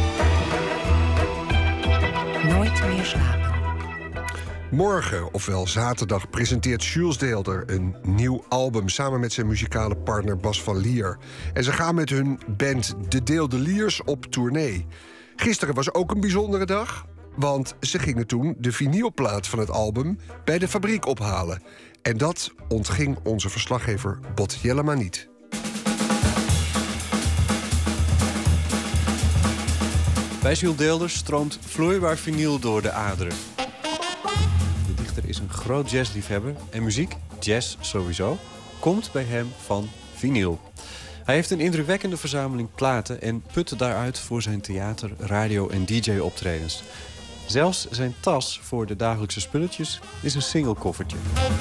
Nooit meer slapen. Morgen, ofwel zaterdag, presenteert Jules Deelder een nieuw album samen met zijn muzikale partner Bas van Lier. En ze gaan met hun band De Deeldeliers op tournee. Gisteren was ook een bijzondere dag, want ze gingen toen de vinylplaat van het album bij de fabriek ophalen. En dat ontging onze verslaggever Bot Jellema niet. Bij Jules Deelder stroomt vloeibaar vinyl door de aderen. De dichter is een groot jazzliefhebber en muziek, jazz sowieso, komt bij hem van vinyl. Hij heeft een indrukwekkende verzameling platen en putte daaruit voor zijn theater, radio en DJ-optredens. Zelfs zijn tas voor de dagelijkse spulletjes is een singlekoffertje.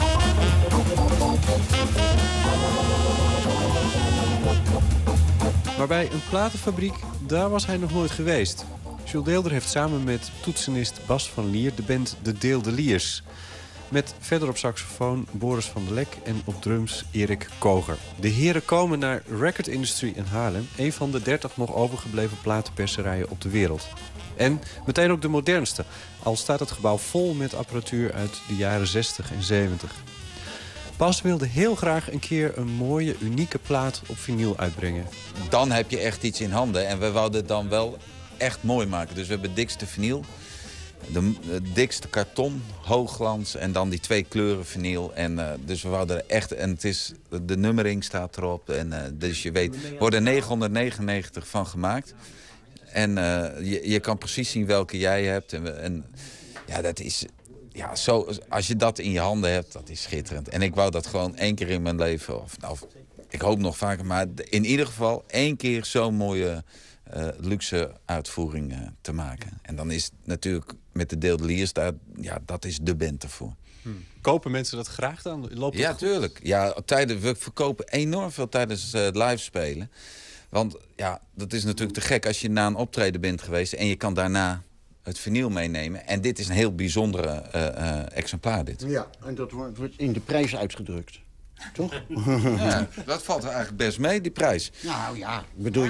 Maar bij een platenfabriek, daar was hij nog nooit geweest. Jules Deelder heeft samen met toetsenist Bas van Lier de band De Deeldeliers. Met verder op saxofoon Boris van der Lek en op drums Erik Koger. De heren komen naar Record Industry in Haarlem, een van de 30 nog overgebleven platenperserijen op de wereld. En meteen ook de modernste, al staat het gebouw vol met apparatuur uit de jaren 60 en 70. Bas wilde heel graag een keer een mooie, unieke plaat op vinyl uitbrengen. Dan heb je echt iets in handen en we wouden het dan wel echt mooi maken. Dus we hebben het dikste vinyl, de dikste karton, hoogglans en dan die 2 kleuren vinyl. En dus we wouden er echt, en het is, de nummering staat erop. En dus je weet, er worden 999 van gemaakt. En je kan precies zien welke jij hebt. En ja, dat is... Ja, zo, als je dat in je handen hebt, dat is schitterend. En ik wou dat gewoon 1 keer in mijn leven, of ik hoop nog vaker, maar in ieder geval 1 keer zo'n mooie luxe uitvoering te maken. En dan is natuurlijk met de Deeldeliers, dat is de band ervoor. Kopen mensen dat graag dan? Loopt ja, tuurlijk. Ja, we verkopen enorm veel tijdens live spelen. Want ja, dat is natuurlijk te gek als je na een optreden bent geweest en je kan daarna het vinyl meenemen. En dit is een heel bijzondere exemplaar, dit. Ja, en dat wordt in de prijs uitgedrukt. Toch? Ja, dat valt er eigenlijk best mee, die prijs. Nou ja, ik bedoel,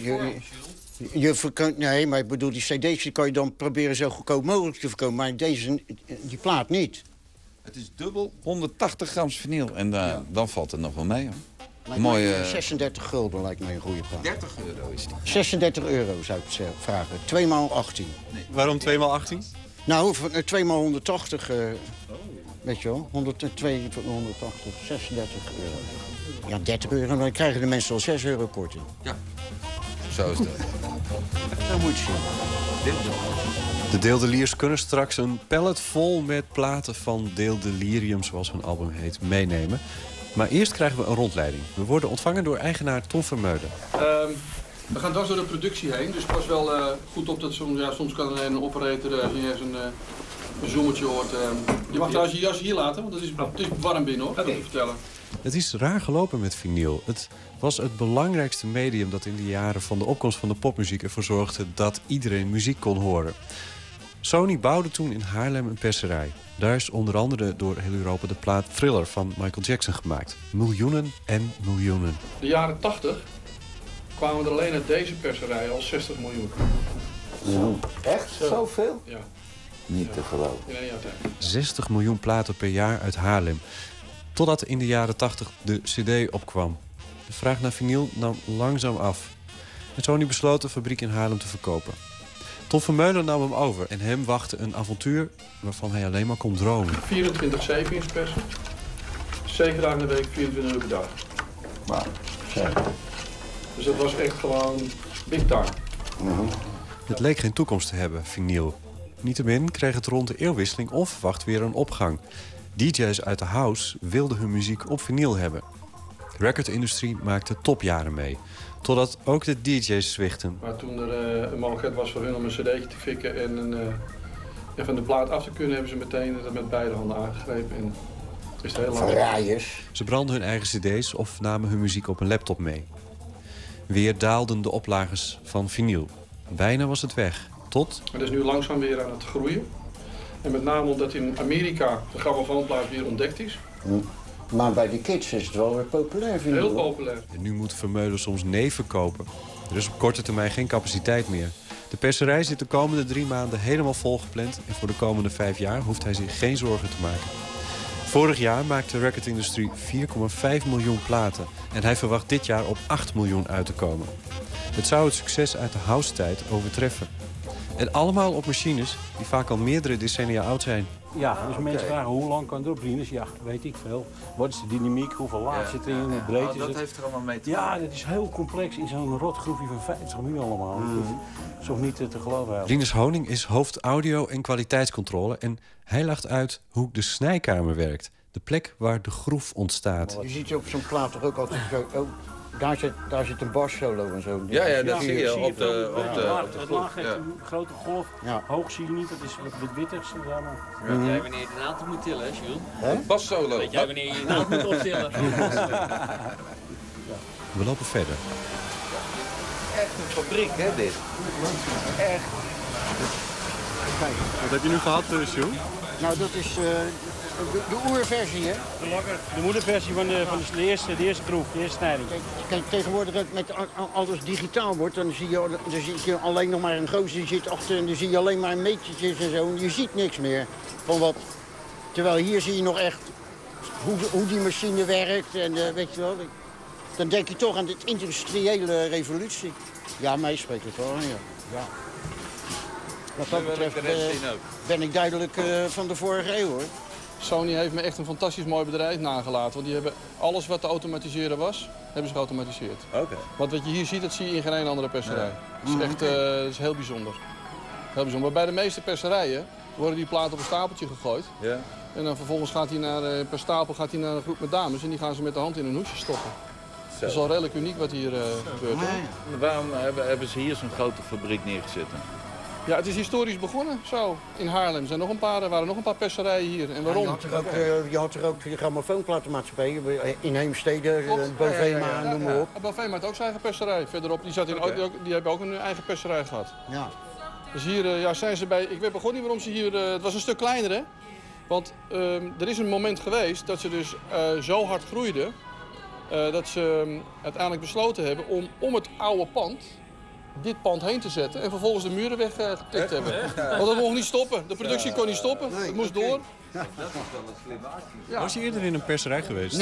je verkoopt... Nee, maar ik bedoel, die cd's die kan je dan proberen zo goedkoop mogelijk te verkopen. Maar die plaat niet. Het is dubbel 180 gram vinyl. En dan valt het nog wel mee, hoor. Mooie 36 gulden lijkt mij een goede plaat. 30 euro is die. 36 euro zou ik het vragen. 2 x 18. Nee. Waarom 2 x 18? Nou, 2 x 180... weet je wel, 102 tot 180, 36 euro. Ja, 30 euro, dan krijgen de mensen al 6 euro korting. Ja, zo is dat. Zo moet je zien. De Deeldeliers kunnen straks een pallet vol met platen van Deeldelirium, zoals hun album heet, meenemen. Maar eerst krijgen we een rondleiding. We worden ontvangen door eigenaar Tom Vermeulen. We gaan dwars door de productie heen, dus pas wel goed op dat soms kan alleen een operator als je een zoometje hoort. Je mag trouwens je jas hier laten, want het is warm binnen, hoor. Even vertellen. Het is raar gelopen met vinyl. Het was het belangrijkste medium dat in de jaren van de opkomst van de popmuziek ervoor zorgde dat iedereen muziek kon horen. Sony bouwde toen in Haarlem een perserij. Daar is onder andere door heel Europa de plaat Thriller van Michael Jackson gemaakt. Miljoenen en miljoenen. De jaren 80 kwamen er alleen uit deze perserij al 60 miljoen. Echt? Zoveel? Ja. Niet te geloven. In 1 jaar tijd. 60 miljoen platen per jaar uit Haarlem. Totdat in de jaren 80 de CD opkwam. De vraag naar vinyl nam langzaam af. En Sony besloot de fabriek in Haarlem te verkopen. Tom Vermeulen nam hem over en hem wachtte een avontuur waarvan hij alleen maar kon dromen. 24/7 in persen. 7 dagen in de week, 24 uur per dag. Wauw, zo. Dus dat was echt gewoon big time. Het leek geen toekomst te hebben, vinyl. Niettemin kreeg het rond de eeuwwisseling onverwacht weer een opgang. DJ's uit de house wilden hun muziek op vinyl hebben. De recordindustrie maakte topjaren mee. Totdat ook de DJ's zwichten. Maar toen er een mogelijkheid was voor hun om een cd'tje te fikken en van de plaat af te kunnen, hebben ze meteen dat met beide handen aangegrepen. En is het heel lang. Verraaiers. Ze brandden hun eigen cd's of namen hun muziek op een laptop mee. Weer daalden de oplagers van vinyl. Bijna was het weg. Tot... Het is nu langzaam weer aan het groeien. En met name omdat in Amerika de grammofoonplaat weer ontdekt is. Maar bij die kids is het wel weer populair, vind ik. Heel populair. En nu moet Vermeulen soms neven kopen. Er is op korte termijn geen capaciteit meer. De perserij zit de komende 3 maanden helemaal volgepland. En voor de komende 5 jaar hoeft hij zich geen zorgen te maken. Vorig jaar maakte de recordindustrie 4,5 miljoen platen. En hij verwacht dit jaar op 8 miljoen uit te komen. Het zou het succes uit de house-tijd overtreffen. En allemaal op machines die vaak al meerdere decennia oud zijn. Ja, dus mensen vragen hoe lang kan het erop dienen? Ja, weet ik veel. Wat is de dynamiek? Hoeveel laag zit erin? Hoe breed is het? Dat heeft er allemaal mee te maken. Ja, dat is heel complex in zo'n rotgroefje van 50 miljoen allemaal. Dat is ook niet te geloven. Rinus Honing is hoofd audio en kwaliteitscontrole. En hij legt uit hoe de snijkamer werkt. De plek waar de groef ontstaat. Je ziet op zo'n plaat toch ook altijd zo... Oh, daar zit een bassolo en zo. Ja, dat zie je op de het laag heeft een grote golf. Ja. Hoog zie je niet, dat is wat wittig. Weet jij wanneer je de naald moet tillen, Jules? Bassolo. Weet jij wanneer je je naald moet optillen? We lopen verder. Echt een fabriek, hè, dit? Echt. Wat heb je nu gehad, Jules? Nou, dat is de oerversie, hè? De moederversie van de eerste groef, de eerste snijding. Kijk, tegenwoordig ook met alles digitaal wordt, dan zie je alleen nog maar een gozer die zit achter en dan zie je alleen maar metertjes en zo. En je ziet niks meer van wat. Terwijl hier zie je nog echt hoe die machine werkt en weet je wel. Dan denk je toch aan de industriële revolutie. Ja, mij spreekt het wel aan, ja. Wat dat betreft ben ik duidelijk van de vorige eeuw, hoor. Sony heeft me echt een fantastisch mooi bedrijf nagelaten. Want die hebben alles wat te automatiseren was, hebben ze geautomatiseerd. Oké. Want wat je hier ziet, dat zie je in geen andere perserij. Dat is echt is heel bijzonder. Heel bijzonder. Maar bij de meeste perserijen worden die platen op een stapeltje gegooid. Ja. En dan vervolgens gaat hij per stapel gaat hij naar een groep met dames en die gaan ze met de hand in een hoesje stoppen. Zo. Dat is al redelijk uniek wat hier gebeurt. Waarom hebben ze hier zo'n grote fabriek neergezet? Ja, het is historisch begonnen, zo. In Haarlem er waren nog een paar perserijen hier. En waarom? Je had er ook de grammofoonplatenmaatschappij in Heemstede, Bovema, noem maar op. Bovema had ook zijn eigen perserij verderop. Die hebben ook een eigen perserij gehad. Ja. Dus hier zijn ze bij... Ik weet begon niet waarom ze hier... het was een stuk kleiner, hè? Want er is een moment geweest dat ze dus zo hard groeiden... dat ze uiteindelijk besloten hebben om het oude pand... dit pand heen te zetten en vervolgens de muren weggetikt hebben. Want dat mocht niet stoppen. De productie kon niet stoppen. Het moest door. Dat is wel een slimme actie. Ja. Was je eerder in een perserij geweest?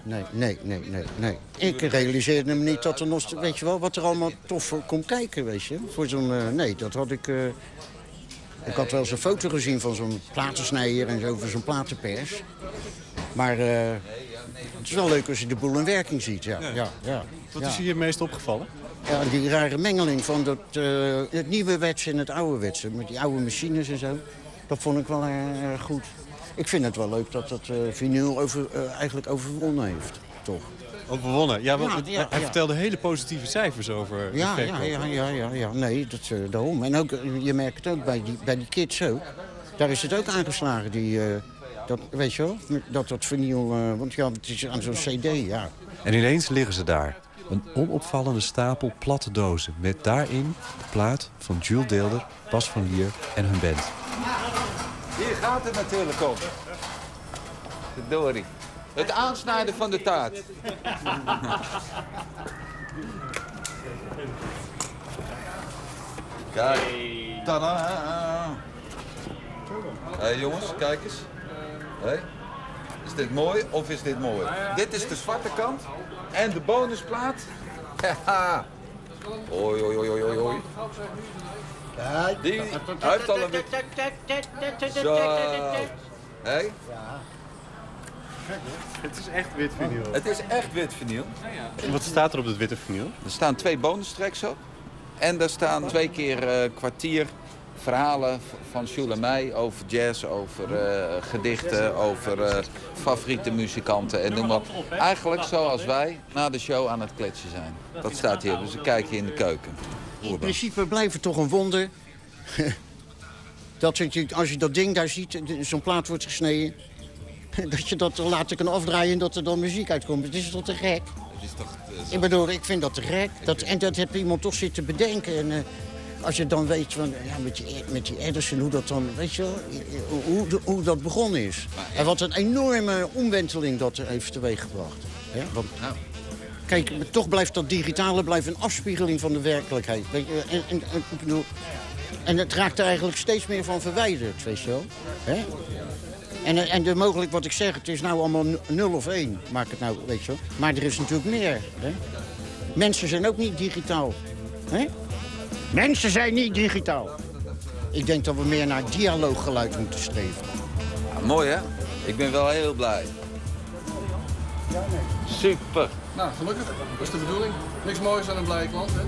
Nee. Ik realiseerde me niet dat er nog... Weet je wel, wat er allemaal tof voor komt kijken, weet je. Voor zo'n... nee, dat had ik... Ik had wel eens een foto gezien van zo'n platensnijer en zo, van zo'n platenpers. Maar het is wel leuk als je de boel in werking ziet, ja. Wat is je hier het meest opgevallen? Ja, die rare mengeling van het nieuwe wetse en het oude wetse. Met die oude machines en zo. Dat vond ik wel erg goed. Ik vind het wel leuk dat dat vinyl eigenlijk overwonnen heeft, toch? Overwonnen? Ja, want hij vertelde hele positieve cijfers over de verkoop. Ja. Nee, daarom. En ook, je merkt het ook bij die kids ook. Daar is het ook aangeslagen, weet je wel? Dat vinyl, want ja, het is aan zo'n cd, ja. En ineens liggen ze daar. Een onopvallende stapel platte dozen met daarin de plaat van Jules Deelder, Bas van Lier en hun band. Hier gaat het natuurlijk om. Verdorie. Het aansnijden van de taart. Kijk. Tadaa. Hé jongens, kijk eens. Hey. Is dit mooi of is dit mooi? Dit is de zwarte kant. En de bonusplaat. Haha. Hoi. Die heeft al een beetje... Zo. Hé? Ja. Het is echt wit vinyl. Het is echt wit vinyl. En wat staat er op het witte vinyl? Er staan 2 bonustracks op. En er staan 2 keer kwartier verhalen van Jules en mij over jazz, over gedichten, over favoriete muzikanten en noem maar op. Eigenlijk zoals wij na de show aan het kletsen zijn. Dat staat hier, dus we kijken in de keuken. In principe blijft het toch een wonder dat als je dat ding daar ziet, zo'n plaat wordt gesneden, dat je dat later kan afdraaien en dat er dan muziek uitkomt. Het is toch te gek? Ik bedoel, ik vind dat te gek. En dat heb iemand toch zitten bedenken. En als je dan weet van, ja, met die Edison, hoe dat dan, weet je wel, hoe dat begonnen is. En wat een enorme omwenteling dat heeft teweeggebracht. Hè? Want, kijk, toch blijft dat digitale een afspiegeling van de werkelijkheid. Weet je? Ik bedoel, en het raakt er eigenlijk steeds meer van verwijderd, weet je wel. Hè? En mogelijk wat ik zeg, het is nou allemaal 0 of 1, maak het nou, weet je wel. Maar er is natuurlijk meer. Hè? Mensen zijn ook niet digitaal. Hè? Mensen zijn niet digitaal. Ik denk dat we meer naar dialooggeluid moeten streven. Ja, mooi, hè? Ik ben wel heel blij. Super. Nou, gelukkig. Dat is de bedoeling. Niks moois dan een blije klant, hè?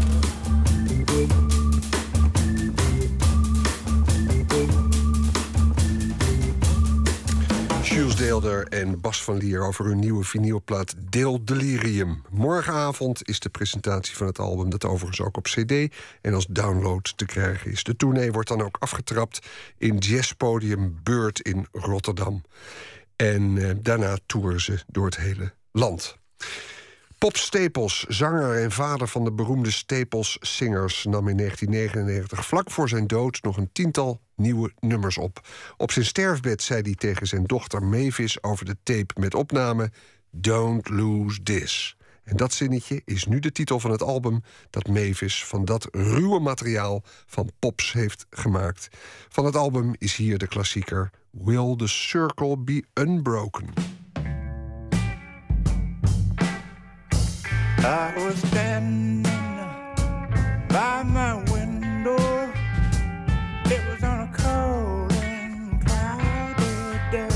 Jules Deelder en Bas van Lier over hun nieuwe vinylplaat Deel Delirium. Morgenavond is de presentatie van het album, dat overigens ook op cd en als download te krijgen is. De tournee wordt dan ook afgetrapt in jazzpodium Beurt in Rotterdam. En daarna toeren ze door het hele land. Pop Staples, zanger en vader van de beroemde Staples-zingers, nam in 1999 vlak voor zijn dood nog een 10-tal nieuwe nummers op. Op zijn sterfbed zei hij tegen zijn dochter Mavis over de tape met opname Don't Lose This. En dat zinnetje is nu de titel van het album dat Mavis van dat ruwe materiaal van Pops heeft gemaakt. Van het album is hier de klassieker Will the Circle Be Unbroken. I was standing by my window. It was on a cold and cloudy day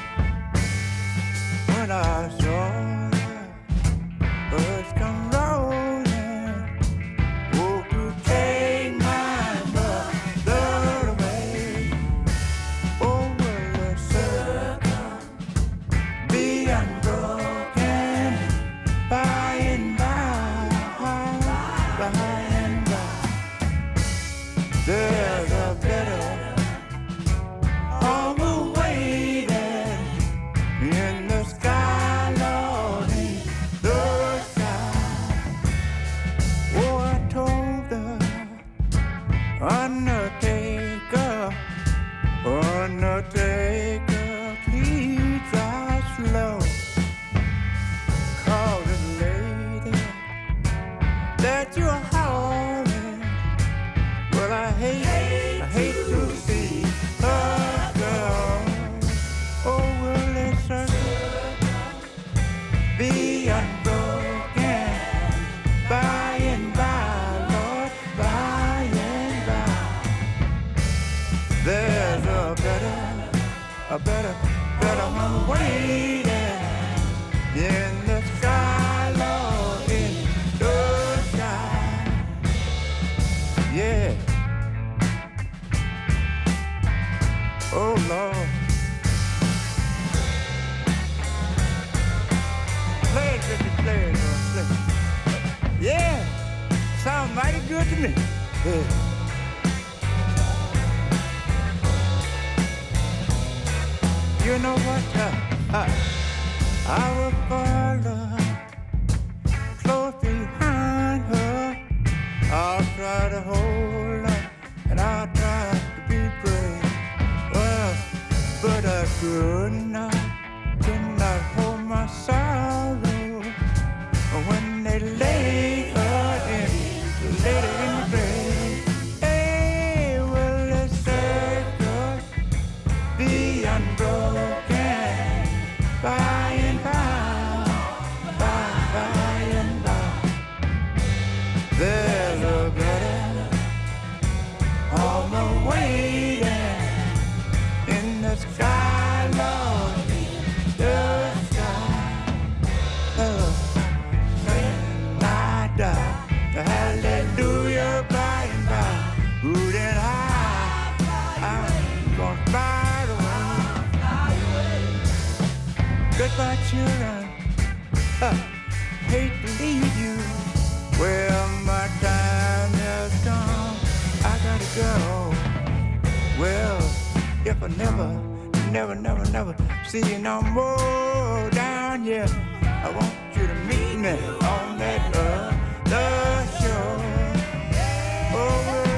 when I saw the birds come rolling. Oh, to take my brother away. Oh, will the circle be unbroken by and by and by? There's a better home waiting in the sky, Lord, in the sky. Oh, I told the undertaker, please drive slow. Call the lady that you're hauling. Well, I hate to see her go. Oh, will it be unbroken by and by, Lord, by and by? There's a better one waiting in the sky, Lord, in the sky. Yeah. Oh, Lord. Play it, Ricky, play it, Lord, play it. Yeah. Sounds mighty good to me. Yeah. You know what? I will follow close behind her. I'll try to hold her and I'll try to be brave. Well, but I could not hold my sorrow when they laid her in the grave. Hey, will the circle be unbroken by and by, by and by? There's a better home waiting in the sky, Lord, the sky. When I die, hallelujah, by and by. Ooh, then I'm gonna fly away. Goodbye, children. Hate to leave you. Well, my time has come. I gotta go. Well, if I never see you no more down here, I want you to meet me on that other shore. Oh,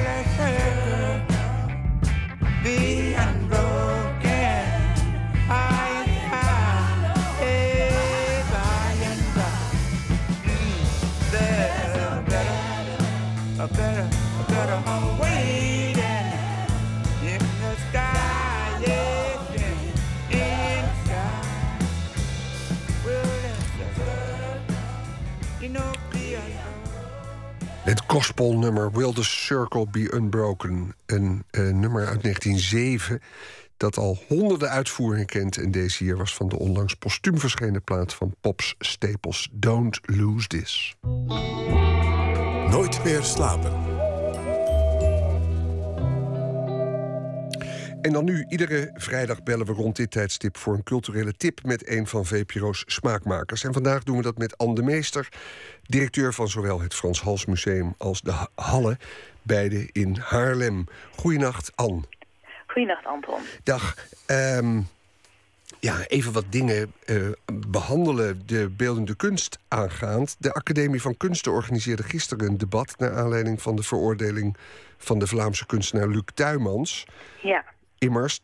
I'm waiting in the sky, yeah, in the sky. Well, you know, Het gospelnummer Will the Circle Be Unbroken. Een nummer uit 1907 dat al honderden uitvoeringen kent. En deze hier was van de onlangs postuum verschenen plaat van Pops Staples. Don't Lose This. Nooit meer slapen. En dan nu, iedere vrijdag bellen we rond dit tijdstip voor een culturele tip met een van VPRO's smaakmakers. En vandaag doen we dat met Anne de Meester, directeur van zowel het Frans Hals Museum als de Halle, beide in Haarlem. Goeienacht, Anne. Goeienacht, Anton. Dag. Even wat dingen behandelen, de beeldende kunst aangaand. De Academie van Kunsten organiseerde gisteren een debat naar aanleiding van de veroordeling van de Vlaamse kunstenaar Luc Tuymans. Ja. Immers,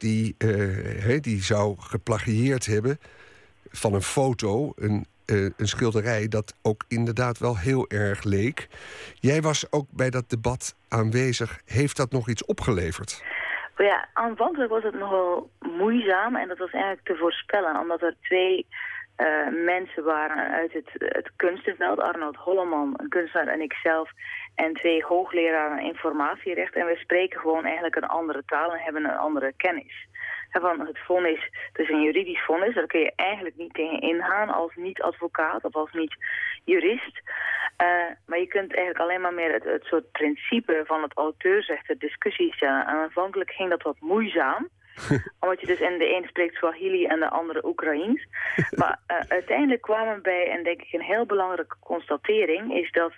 die zou geplagieerd hebben van een foto, een schilderij dat ook inderdaad wel heel erg leek. Jij was ook bij dat debat aanwezig. Heeft dat nog iets opgeleverd? Ja, aanvankelijk was het nogal moeizaam en dat was eigenlijk te voorspellen, omdat er twee mensen waren uit het kunstenveld. Arnold Holleman, een kunstenaar, en ikzelf, en twee hoogleraren informatierecht. En we spreken gewoon eigenlijk een andere taal en hebben een andere kennis. Van het vonnis, het is een juridisch vonnis, daar kun je eigenlijk niet tegen ingaan als niet-advocaat of als niet-jurist. Maar je kunt eigenlijk alleen maar meer het soort principe van het auteursrecht ter discussie stellen. En aanvankelijk ging dat wat moeizaam. Omdat je dus in de een spreekt Swahili en de andere Oekraïens. Maar uiteindelijk kwamen we bij, en denk ik een heel belangrijke constatering, is dat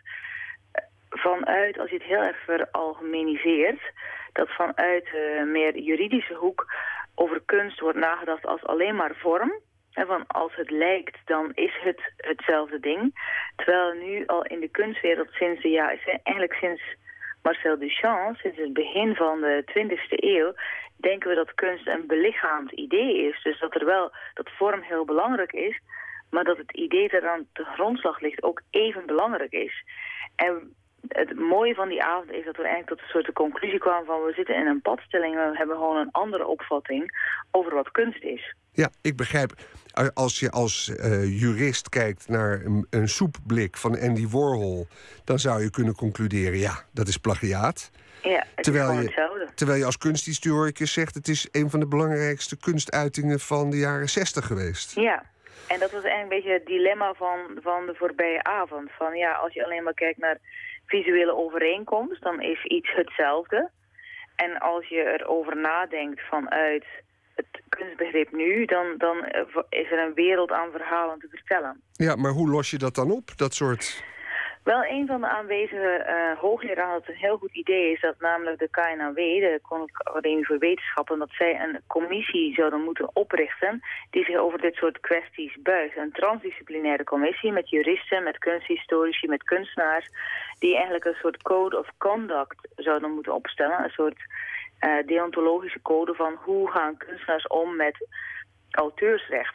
vanuit, als je het heel erg veralgemeniseert, dat vanuit de meer juridische hoek over kunst wordt nagedacht als alleen maar vorm. En van als het lijkt, dan is het hetzelfde ding. Terwijl nu al in de kunstwereld eigenlijk sinds Marcel Duchamp, sinds het begin van de 20e eeuw, denken we dat kunst een belichaamd idee is. Dus dat vorm heel belangrijk is, maar dat het idee dat aan de grondslag ligt ook even belangrijk is. En het mooie van die avond is dat we eigenlijk tot een soort conclusie kwamen van we zitten in een padstelling en we hebben gewoon een andere opvatting over wat kunst is. Ja, ik begrijp. Als je als jurist kijkt naar een soepblik van Andy Warhol, dan zou je kunnen concluderen, ja, dat is plagiaat. Ja, het is gewoon hetzelfde. Terwijl je als kunsthistoricus zegt, het is een van de belangrijkste kunstuitingen van de jaren 60 geweest. Ja, en dat was eigenlijk een beetje het dilemma van de voorbije avond. Van ja, als je alleen maar kijkt naar visuele overeenkomst, dan is iets hetzelfde. En als je erover nadenkt vanuit het kunstbegrip nu, dan is er een wereld aan verhalen te vertellen. Ja, maar hoe los je dat dan op, dat soort? Wel, een van de aanwezige hoogleraren had een heel goed idee, is dat namelijk de KNAW, de Koninklijke Academie voor Wetenschappen, dat zij een commissie zouden moeten oprichten die zich over dit soort kwesties buigt. Een transdisciplinaire commissie met juristen, met kunsthistorici, met kunstenaars, die eigenlijk een soort code of conduct zouden moeten opstellen. Een soort deontologische code van hoe gaan kunstenaars om met auteursrecht.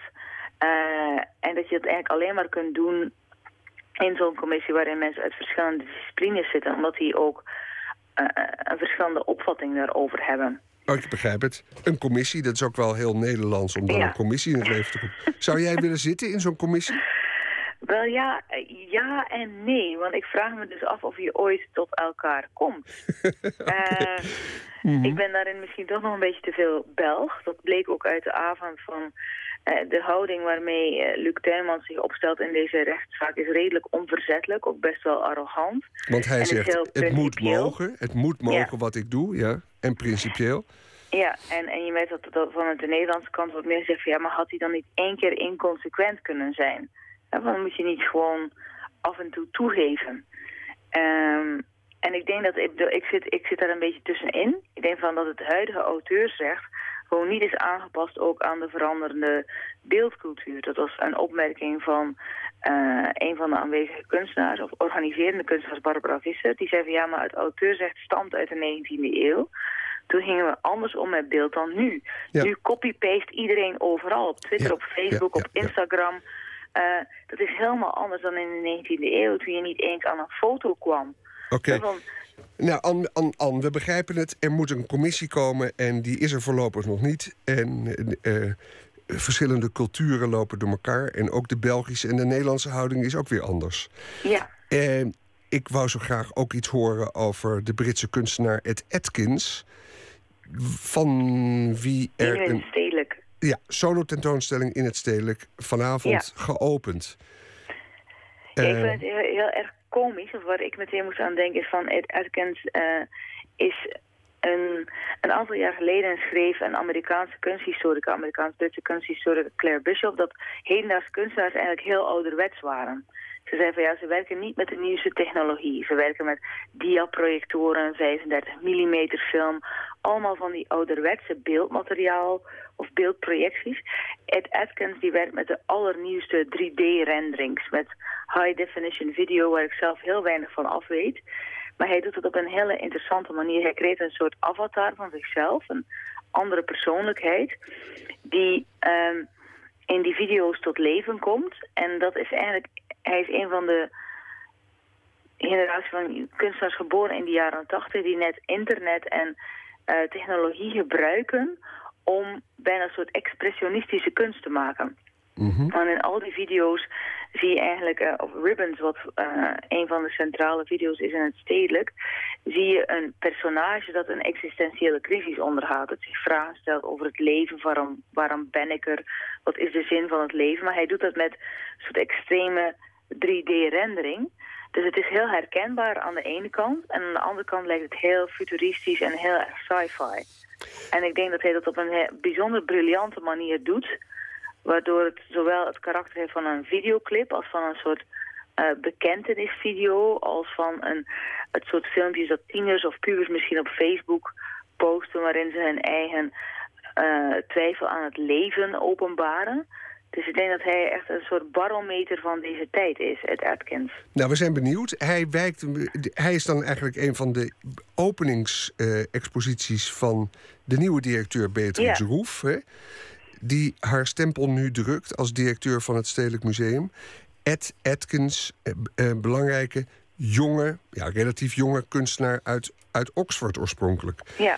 En dat je het eigenlijk alleen maar kunt doen in zo'n commissie waarin mensen uit verschillende disciplines zitten, omdat die ook een verschillende opvatting daarover hebben. Oh, ik begrijp het. Een commissie, dat is ook wel heel Nederlands om dan een commissie in het leven te roepen. Zou jij willen zitten in zo'n commissie? Wel ja en nee, want ik vraag me dus af of je ooit tot elkaar komt. Ik ben daarin misschien toch nog een beetje te veel Belg. Dat bleek ook uit de avond van de houding waarmee Luc Tuymans zich opstelt in deze rechtszaak is redelijk onverzettelijk, ook best wel arrogant. Want hij zegt, het moet mogen wat ik doe, ja, en principieel. Ja, en je weet dat vanuit de Nederlandse kant wordt meer gezegd van ja, maar had hij dan niet één keer inconsequent kunnen zijn? Ja, dan moet je niet gewoon af en toe toegeven. En ik denk dat ik zit daar een beetje tussenin. Ik denk van dat het huidige auteursrecht gewoon niet is aangepast ook aan de veranderende beeldcultuur. Dat was een opmerking van een van de aanwezige kunstenaars, of organiserende kunstenaars, Barbara Visser. Die zei van ja, maar het auteursrecht stamt uit de 19e eeuw. Toen gingen we anders om met beeld dan nu. Ja. Nu copy-paste iedereen overal. Op Twitter, op Facebook, op Instagram. Dat is helemaal anders dan in de 19e eeuw, toen je niet eens aan een foto kwam. Okay. Nou, Anne, we begrijpen het. Er moet een commissie komen en die is er voorlopig nog niet. En verschillende culturen lopen door elkaar. En ook de Belgische en de Nederlandse houding is ook weer anders. Ja. Ik wou zo graag ook iets horen over de Britse kunstenaar Ed Atkins. Van wie er in het Stedelijk. Ja, solo-tentoonstelling in het Stedelijk vanavond geopend. Ja, ik vind het heel erg komisch. Of waar ik meteen moest aan denken is van Ed Atkins is een aantal jaar geleden schreef een Amerikaans-Britse kunsthistorica Claire Bishop dat hedendaagse kunstenaars eigenlijk heel ouderwets waren. Ze zei van ja, ze werken niet met de nieuwste technologie. Ze werken met diaprojectoren, 35 mm film. Allemaal van die ouderwetse beeldmateriaal of beeldprojecties. Ed Atkins die werkt met de allernieuwste 3D-renderings. Met high-definition video waar ik zelf heel weinig van af weet. Maar hij doet het op een hele interessante manier. Hij creëert een soort avatar van zichzelf. Een andere persoonlijkheid. Die in die video's tot leven komt. En dat is eigenlijk... Hij is een van de generatie van kunstenaars geboren in de jaren 80... die net internet en technologie gebruiken om bijna een soort expressionistische kunst te maken. En in al die video's zie je eigenlijk, op Ribbons, wat een van de centrale video's is in het Stedelijk, zie je een personage dat een existentiële crisis ondergaat. Dat zich vragen stelt over het leven, waarom ben ik er, wat is de zin van het leven. Maar hij doet dat met een soort extreme 3D-rendering. Dus het is heel herkenbaar aan de ene kant. En aan de andere kant lijkt het heel futuristisch en heel erg sci-fi. En ik denk dat hij dat op een bijzonder briljante manier doet. Waardoor het zowel het karakter heeft van een videoclip als van een soort bekentenisvideo. Als van het soort filmpjes dat tieners of pubers misschien op Facebook posten. Waarin ze hun eigen twijfel aan het leven openbaren. Dus ik denk dat hij echt een soort barometer van deze tijd is, Ed Atkins. Nou, we zijn benieuwd. Hij is dan eigenlijk een van de openingsexposities van de nieuwe directeur Beatrix Roef. Hè, die haar stempel nu drukt als directeur van het Stedelijk Museum. Ed Atkins, belangrijke, jonge, relatief jonge kunstenaar uit Oxford oorspronkelijk. Ja.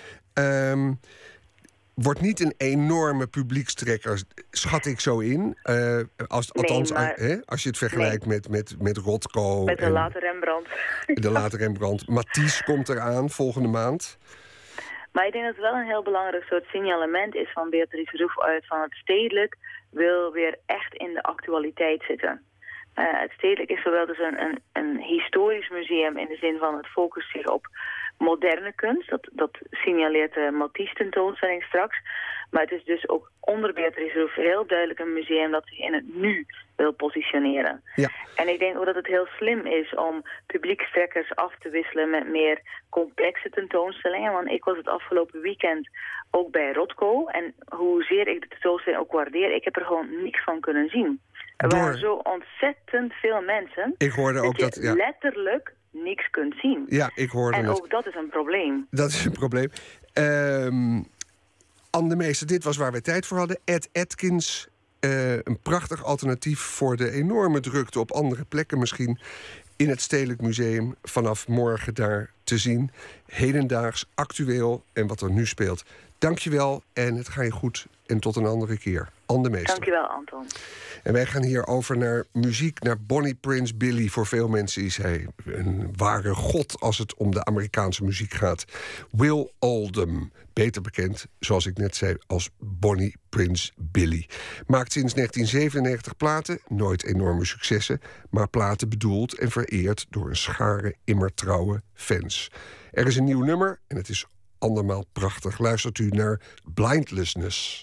Wordt niet een enorme publiekstrekker, schat ik zo in. Althans, als je het vergelijkt met Rothko. Met de late Rembrandt. De late Rembrandt. Matisse komt eraan volgende maand. Maar ik denk dat het wel een heel belangrijk soort signalement is van Beatrix Roef uit. Van het Stedelijk wil weer echt in de actualiteit zitten. Het Stedelijk is zowel dus een historisch museum in de zin van het focust zich op moderne kunst. Dat signaleert de Matisse tentoonstelling straks. Maar het is dus ook onder Beatrix Roef heel duidelijk een museum dat zich in het nu wil positioneren. Ja. En ik denk ook dat het heel slim is om publiekstrekkers af te wisselen met meer complexe tentoonstellingen. Want ik was het afgelopen weekend ook bij Rothko. En hoezeer ik de tentoonstelling ook waardeer, ik heb er gewoon niks van kunnen zien. Er waren zo ontzettend veel mensen. Ik hoorde ook dat je letterlijk niks kunt zien. Ja, ik hoorde en ook dat is een probleem. Dat is een probleem. Anne de Meester, dit was waar we tijd voor hadden. Ed Atkins, een prachtig alternatief voor de enorme drukte op andere plekken misschien. In het Stedelijk Museum vanaf morgen daar te zien. Hedendaags, actueel en wat er nu speelt. Dankjewel en het ga je goed. En tot een andere keer. Anne de Meester. Dankjewel, Anton. En wij gaan hier over naar muziek, naar Bonnie Prince Billy. Voor veel mensen is hij een ware god als het om de Amerikaanse muziek gaat. Will Oldham, beter bekend, zoals ik net zei, als Bonnie Prince Billy. Maakt sinds 1997 platen, nooit enorme successen, maar platen bedoeld en vereerd door een schare immer trouwe fans. Er is een nieuw nummer en het is andermaal prachtig. Luistert u naar Blindlessness.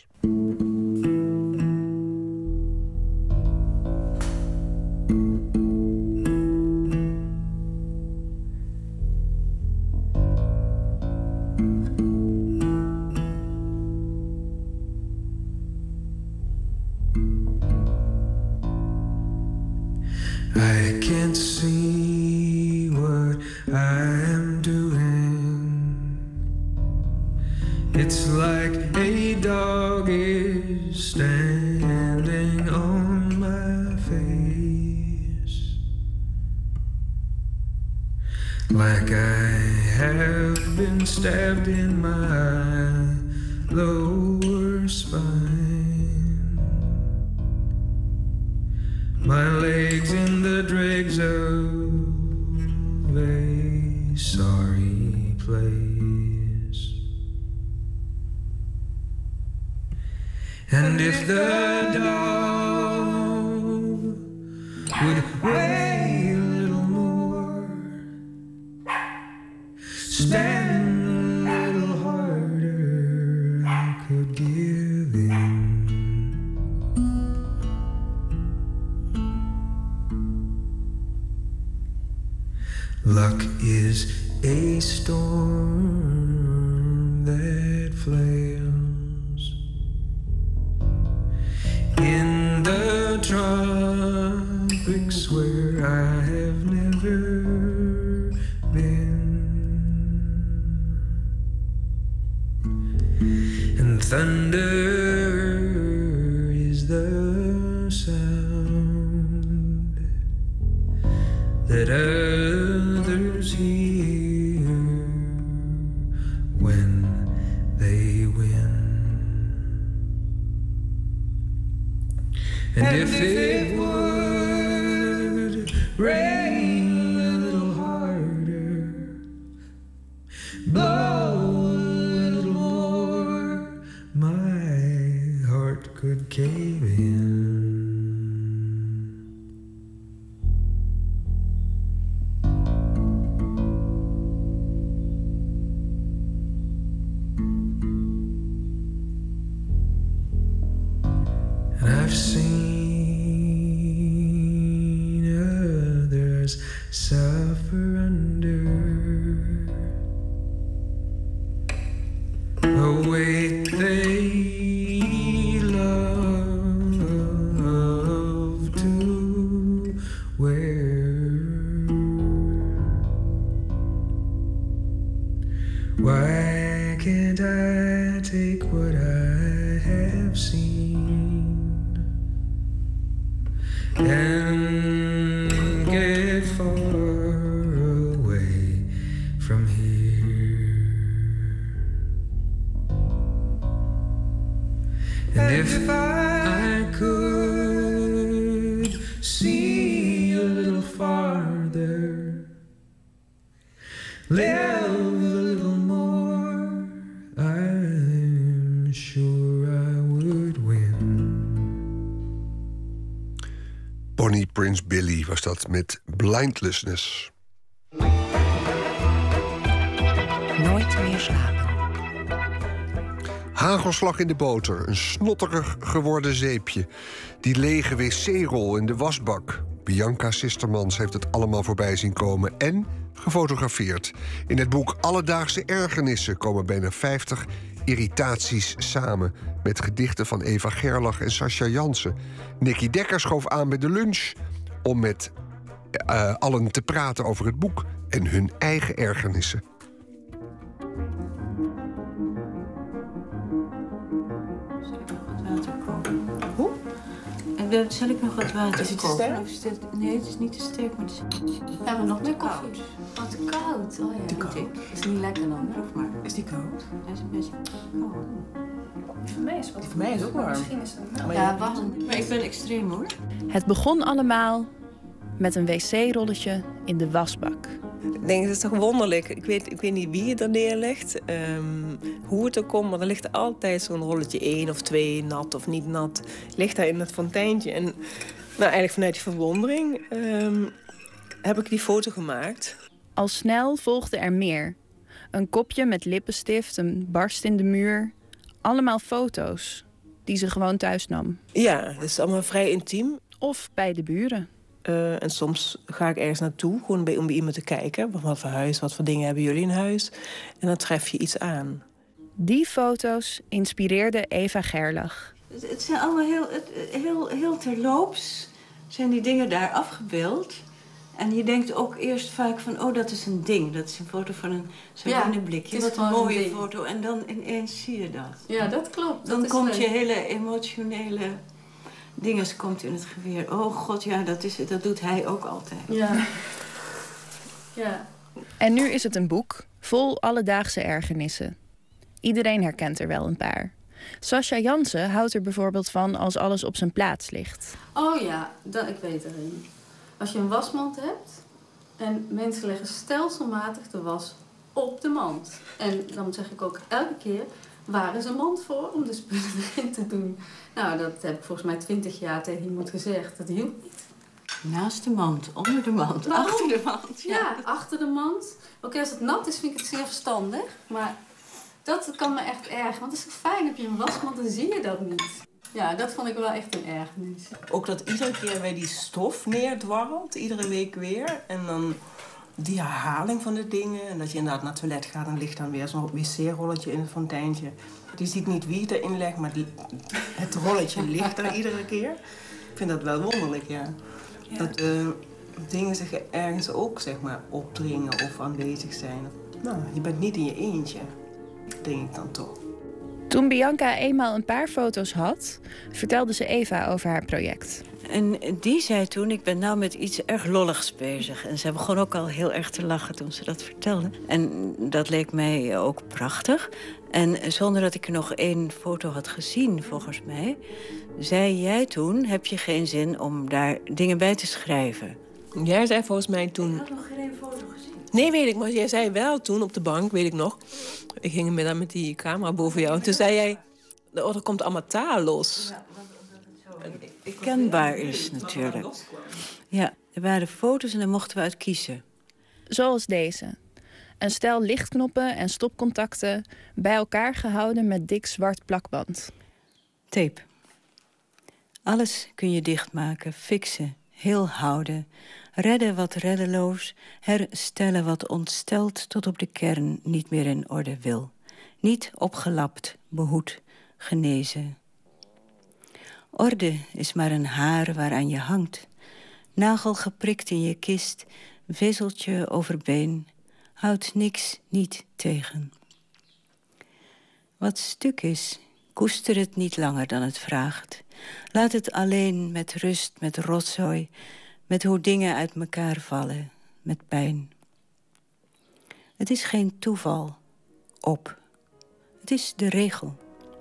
I can't see what I am doing. It's like a dog is standing on my face, like I have been stabbed in my lower spine. My legs in the dregs of a sorry place. And if the dog would weigh a little more, stand a little harder, I could give in. Luck is a storm that flails in the tropics where I have never been, and thunder is the sound that others hear when they win. And if it would rain a little harder, blow a little more, my heart could cave in. And I've seen others suffer under a weight they love to wear. Why can't I take what I have seen and get far away from here? And if I could see a little farther, live a little more, I'm sure I would win. Bonnie Prince Billy was dat met Blindlessness. Nooit meer slapen. Hagelslag in de boter, een snotterig geworden zeepje, die lege wc-rol in de wasbak. Bianca Sistermans heeft het allemaal voorbij zien komen en gefotografeerd. In het boek Alledaagse Ergernissen komen bijna 50 irritaties samen, met gedichten van Eva Gerlach en Sascha Jansen. Nicky Dekker schoof aan bij de lunch om met allen te praten over het boek en hun eigen ergernissen. Zal ik nog wat water Is het te kopen? sterk? Nee, het is niet te sterk, maar het is... Ja, maar nog te meer koud. koffie. Oh, te koud. Oh ja, Te koud. Is niet lekker dan, proef maar. Is die koud? Hij is een beetje koud. Die van mij is wat. Die van mij is ook warm. Misschien is het Ja, warm. Maar ik ben extreem, hoor. Het begon allemaal met een wc-rolletje in de wasbak. Ik denk, het is toch wonderlijk. Ik weet niet wie het er neerlegt, hoe het er komt, maar er ligt altijd zo'n rolletje 1 of 2, nat of niet nat, ligt daar in het fonteintje. En nou, eigenlijk vanuit die verwondering heb ik die foto gemaakt. Al snel volgde er meer. Een kopje met lippenstift, een barst in de muur. Allemaal foto's die ze gewoon thuis nam. Ja, het is allemaal vrij intiem. Of bij de buren. En soms ga ik ergens naartoe, gewoon om bij iemand te kijken. Wat voor huis, wat voor dingen hebben jullie in huis? En dan tref je iets aan. Die foto's inspireerden Eva Gerlach. Het zijn allemaal heel terloops zijn die dingen daar afgebeeld. En je denkt ook eerst vaak van, oh, dat is een ding. Dat is een foto van een sardineblikje. het is Wat een gewoon mooie een ding. foto. En dan ineens zie je dat. Ja, dat klopt. Dan Dat is komt je leuk. hele emotionele dinges komt in het geweer. Oh god, ja, dat doet hij ook altijd. Ja. Ja. En nu is het een boek Vol alledaagse ergernissen. Iedereen herkent er wel een paar. Sascha Jansen houdt er bijvoorbeeld van als alles op zijn plaats ligt. Oh ja, ik weet er een. Als je een wasmand hebt en mensen leggen stelselmatig de was op de mand. En dan zeg ik ook elke keer, waar is een mand voor om de spullen erin te doen? Nou, dat heb ik volgens mij 20 jaar tegen iemand gezegd. Dat hielp niet. Naast de mand, onder de mand, Waarom? achter de mand. Ja, achter de mand. Oké, als het nat is, vind ik het zeer verstandig. Maar dat kan me echt erg. Want het is zo fijn, heb je een wasmand, dan zie je dat niet. Ja, dat vond ik wel echt een ergernis. Ook dat iedere keer weer die stof neerdwarrelt, iedere week weer. En dan die herhaling van de dingen. En dat je inderdaad naar het toilet gaat en ligt dan weer zo'n wc-rolletje in het fonteintje. Je ziet niet wie het erin legt, maar het rolletje ligt er iedere keer. Ik vind dat wel wonderlijk, ja. Dat dingen zich ergens ook, zeg maar, opdringen of aanwezig zijn. Nou, je bent niet in je eentje, denk ik dan toch. Toen Bianca eenmaal een paar foto's had, vertelde ze Eva over haar project. En die zei toen, ik ben nou met iets erg lolligs bezig. En ze begon ook al heel erg te lachen toen ze dat vertelde. En dat leek mij ook prachtig. En zonder dat ik er nog 1 foto had gezien, volgens mij, zei jij toen, heb je geen zin om daar dingen bij te schrijven? Jij zei volgens mij toen... Ik had nog geen foto gezien. Nee, weet ik, maar jij zei wel toen op de bank, weet ik nog. Ik ging met die camera boven jou. En toen zei jij, er komt allemaal taal los. Ja, kenbaar is natuurlijk. Ja, er waren foto's en daar mochten we uit kiezen. Zoals deze. Een stel lichtknoppen en stopcontacten bij elkaar gehouden met dik zwart plakband. Tape. Alles kun je dichtmaken, fixen, heel houden. Redden wat reddeloos, herstellen wat ontsteld tot op de kern niet meer in orde wil. Niet opgelapt, behoed, genezen. Orde is maar een haar waaraan je hangt. Nagel geprikt in je kist, vezeltje over been. Houdt niks niet tegen. Wat stuk is, koester het niet langer dan het vraagt. Laat het alleen met rust, met rotzooi, met hoe dingen uit elkaar vallen, met pijn. Het is geen toeval, op. Het is de regel.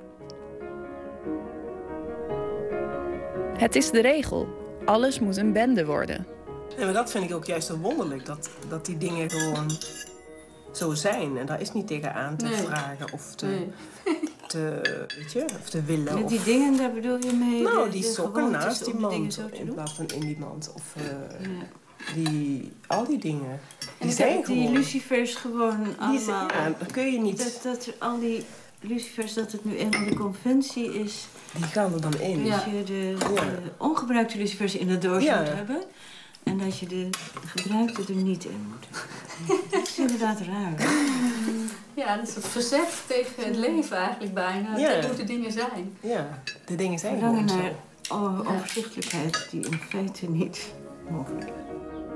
Het is de regel. Alles moet een bende worden. Nee, maar dat vind ik ook juist zo wonderlijk. Dat die dingen gewoon zo zijn. En daar is niet tegenaan te vragen of weet je, of te willen. Met die dingen, daar bedoel je mee? Nou, die sokken naast die mand. In plaats van in die mand. Of al die dingen. En die zijn die gewoon... lucifers gewoon allemaal... Ja, dat kun je niet... Dat al die lucifers, dat het nu eenmaal de conventie is... Die gaan er dan in. Dat je de ongebruikte lucifers in het doosje moet hebben. En dat je de gebruikte er niet in moet hebben. Dat is inderdaad raar. Ja, dat is het verzet tegen het leven eigenlijk bijna. Ja. Dat moeten dingen zijn. Ja, de dingen zijn verlangen gewoon naar overzichtelijkheid die in feite niet mogelijk is.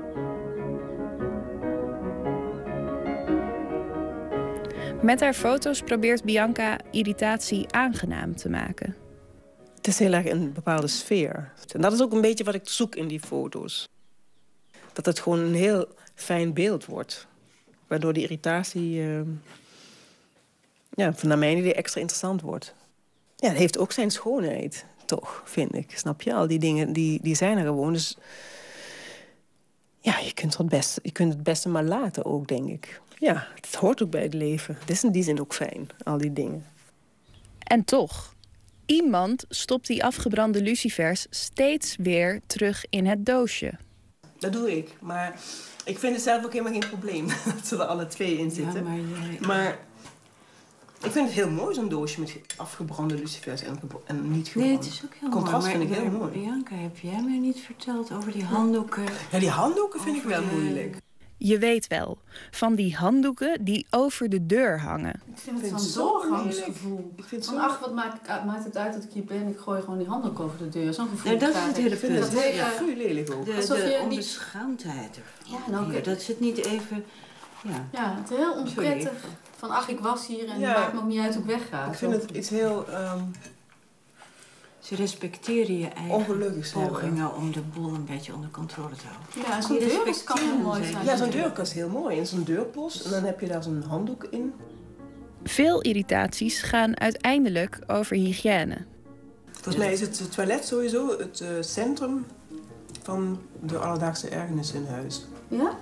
Met haar foto's probeert Bianca irritatie aangenaam te maken. Het is heel erg een bepaalde sfeer. En dat is ook een beetje wat ik zoek in die foto's. Dat het gewoon een heel fijn beeld wordt. Waardoor die irritatie, naar mijn idee, extra interessant wordt. Ja, het heeft ook zijn schoonheid, toch, vind ik. Snap je? Al die dingen, die zijn er gewoon. Dus ja, je kunt het beste maar laten ook, denk ik. Ja, het hoort ook bij het leven. Het is in die zin ook fijn, al die dingen. En toch, iemand stopt die afgebrande lucifers steeds weer terug in het doosje. Dat doe ik, maar ik vind het zelf ook helemaal geen probleem dat ze er alle 2 in zitten. Ja, maar ik vind het heel mooi, zo'n doosje met afgebrande lucifers en niet gebrande. Nee, het is ook heel contrast mooi. vind ik heel mooi. Bianca, heb jij mij niet verteld over die handdoeken? Ja, die handdoeken vind ik wel moeilijk. Je weet wel, van die handdoeken die over de deur hangen. Ik vind het zo'n doorgangsgevoel. Ach, wat maakt het uit dat ik hier ben? Ik gooi gewoon die handdoek over de deur. Zo'n gevoel. Nee, dat is het hele punt. Dat is heel lelijk ook. De onbeschaamdheid ervan. Dat zit niet even... Ja, het is heel onprettig. Van ach, ik was hier en het maakt me ook niet uit hoe ik wegga. Ik vind het iets heel... Ze respecteren je eigen ongelukkig zijn, pogingen om de boel een beetje onder controle te houden. Ja, zo'n deur kan heel mooi zijn. Ja, zo'n deur is heel mooi. En zo'n deurpost. En dan heb je daar zo'n handdoek in. Veel irritaties gaan uiteindelijk over hygiëne. Volgens mij is het toilet sowieso het centrum van de alledaagse ergernissen in huis. Ja?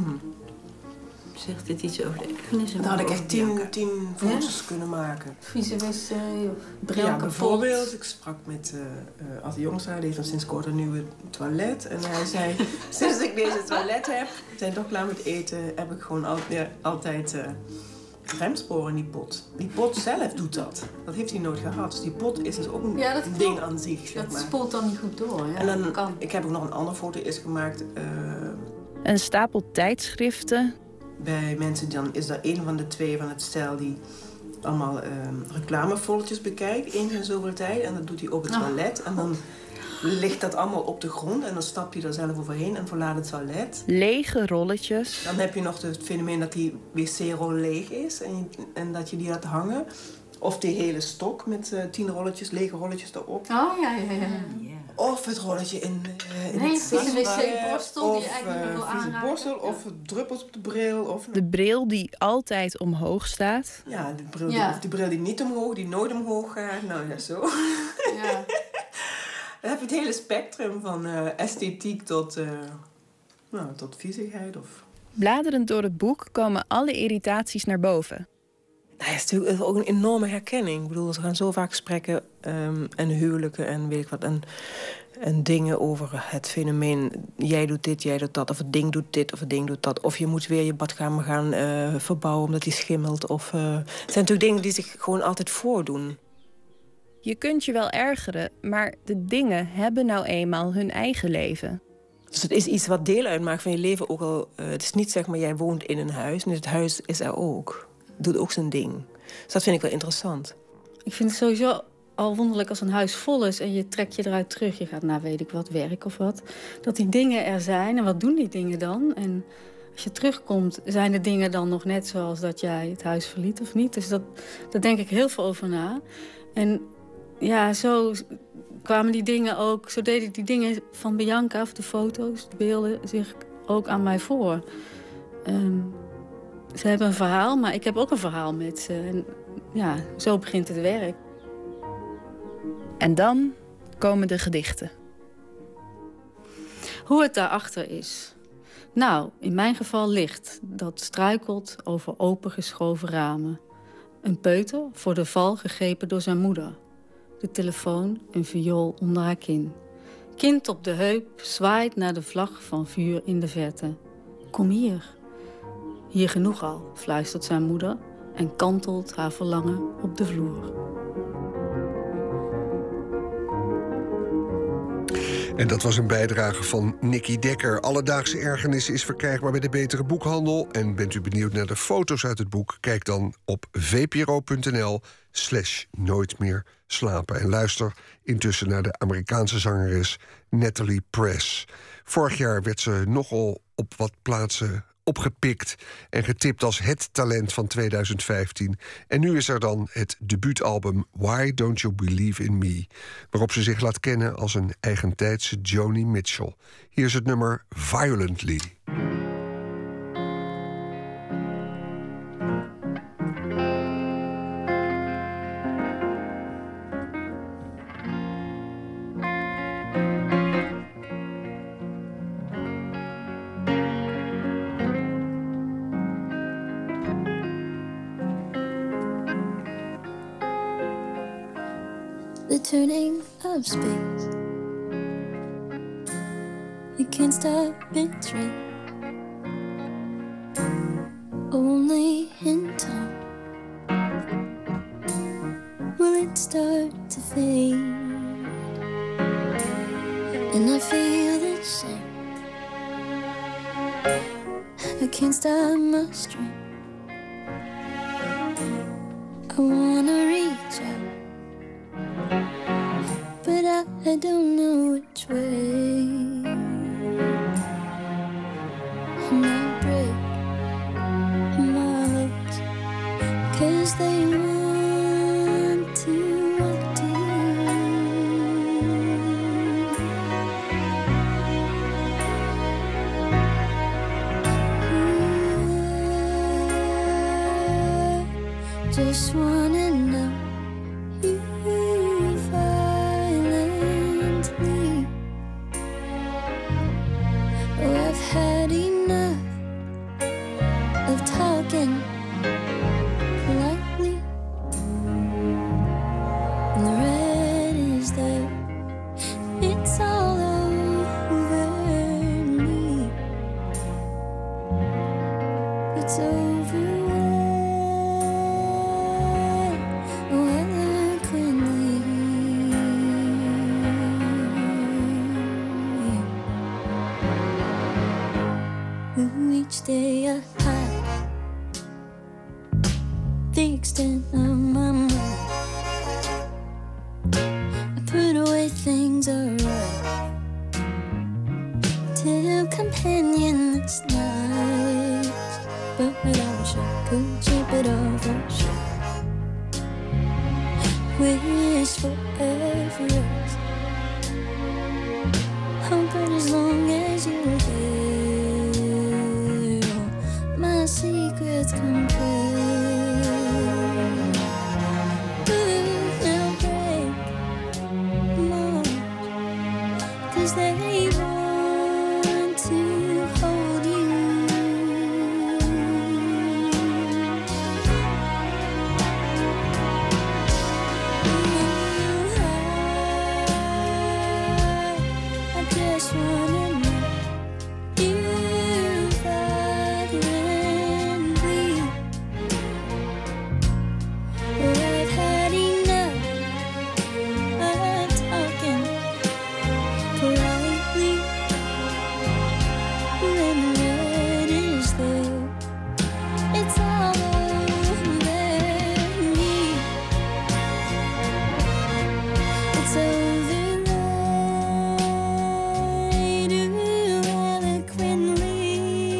Zegt dit iets over de ergernissen? Daar had ik echt 10 foto's kunnen maken. Vieze wc, bril Ja, kapot. bijvoorbeeld, ik sprak met Ad Jongstra, die heeft dan sinds kort een nieuwe toilet. En hij zei, sinds ik deze toilet heb, zijn toch klaar met eten, heb ik gewoon altijd remsporen in die pot. Die pot zelf doet dat. Dat heeft hij nooit gehad. Dus die pot is dus ook een ding aan zich, zeg Dat maar. spoelt dan niet goed door. Ja, En dan, ik heb ook nog een andere foto eerst gemaakt. Een stapel tijdschriften. Bij mensen dan is er een van de twee van het stel die allemaal reclamefolletjes bekijkt, eens in zoveel tijd. En dat doet hij op het toilet. En dan ligt dat allemaal op de grond en dan stap je er zelf overheen en verlaat het toilet. Lege rolletjes. Dan heb je nog het fenomeen dat die wc-rol leeg is en dat je die laat hangen. Of die hele stok met 10 rolletjes, lege rolletjes erop. Oh, ja. Of het rolletje in Nee, het vieze wc-borstel die je of eigenlijk niet meer wil vieze aanraken. borstel, of druppels op de bril. Of De bril die altijd omhoog staat. Ja, de bril die niet omhoog, die nooit omhoog gaat. Nou ja, zo. Ja. Dan heb je het hele spectrum van esthetiek tot viezigheid. Of... Bladerend door het boek komen alle irritaties naar boven. Nou, het is natuurlijk ook een enorme herkenning. Ik bedoel, er gaan zo vaak gesprekken en huwelijken en weet ik wat. En dingen over het fenomeen, jij doet dit, jij doet dat. Of het ding doet dit, of het ding doet dat. Of je moet weer je badkamer gaan verbouwen omdat die schimmelt. Of, het zijn natuurlijk dingen die zich gewoon altijd voordoen. Je kunt je wel ergeren, maar de dingen hebben nou eenmaal hun eigen leven. Dus het is iets wat deel uitmaakt van je leven. Ook al, het is niet zeg maar, jij woont in een huis. Nee, het huis is er ook. Het doet ook zijn ding. Dus dat vind ik wel interessant. Ik vind het sowieso al wonderlijk als een huis vol is en je trekt je eruit terug. Je gaat naar weet ik wat, werk of wat. Dat die dingen er zijn en wat doen die dingen dan? En als je terugkomt, zijn de dingen dan nog net zoals dat jij het huis verliet of niet? Dus daar denk ik heel veel over na. En ja, zo kwamen die dingen ook, zo deden die dingen van Bianca, of de foto's, de beelden, zich ook aan mij voor. Ze hebben een verhaal, maar ik heb ook een verhaal met ze. En ja, zo begint het werk. En dan komen de gedichten. Hoe het daarachter is. Nou, in mijn geval licht dat struikelt over opengeschoven ramen. Een peuter voor de val gegrepen door zijn moeder. De telefoon, een viool onder haar kin. Kind op de heup zwaait naar de vlag van vuur in de verte. Kom hier. Hier genoeg al, fluistert zijn moeder en kantelt haar verlangen op de vloer. En dat was een bijdrage van Nicky Dekker. Alledaagse Ergernissen is verkrijgbaar bij de Betere Boekhandel. En bent u benieuwd naar de foto's uit het boek? Kijk dan op vpro.nl/nooit meer slapen. En luister intussen naar de Amerikaanse zangeres Natalie Press. Vorig jaar werd ze nogal op wat plaatsen opgepikt en getipt als het talent van 2015. En nu is er dan het debuutalbum Why Don't You Believe in Me, waarop ze zich laat kennen als een eigentijdse Joni Mitchell. Hier is het nummer Violently. The turning of space. You can't stop its rate. Only in time will it start to fade. And I feel the same. I can't stop my stream. I wanna reach out, but I don't know which way. And I break my legs, 'cause they want to. just wanna know you violently. Oh, I've had enough of talking politely. And the red is there. It's all over me. It's over eloquently. Ooh, each day I hide the extent of my mind. I put away things alright till companionless nights. But I wish I could chip it off or wish forever else. Oh, but as long as you're there, my secrets come true. Now break more, 'cause they want to hold you. I just wanna know you violently. I've had enough of talking politely. When the red is there, it's all over me. It's over eloquently.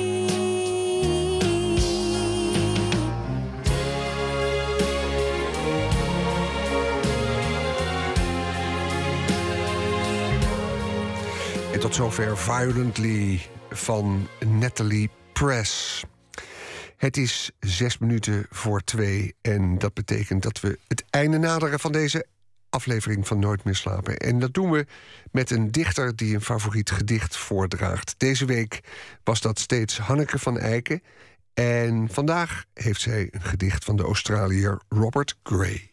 En tot zover Violently van Natalie Press. Het is 2:06 en dat betekent dat we het einde naderen van deze aflevering van Nooit meer slapen. En dat doen we met een dichter die een favoriet gedicht voordraagt. Deze week was dat steeds Hanneke van Eycken. En vandaag heeft zij een gedicht van de Australiër Robert Gray.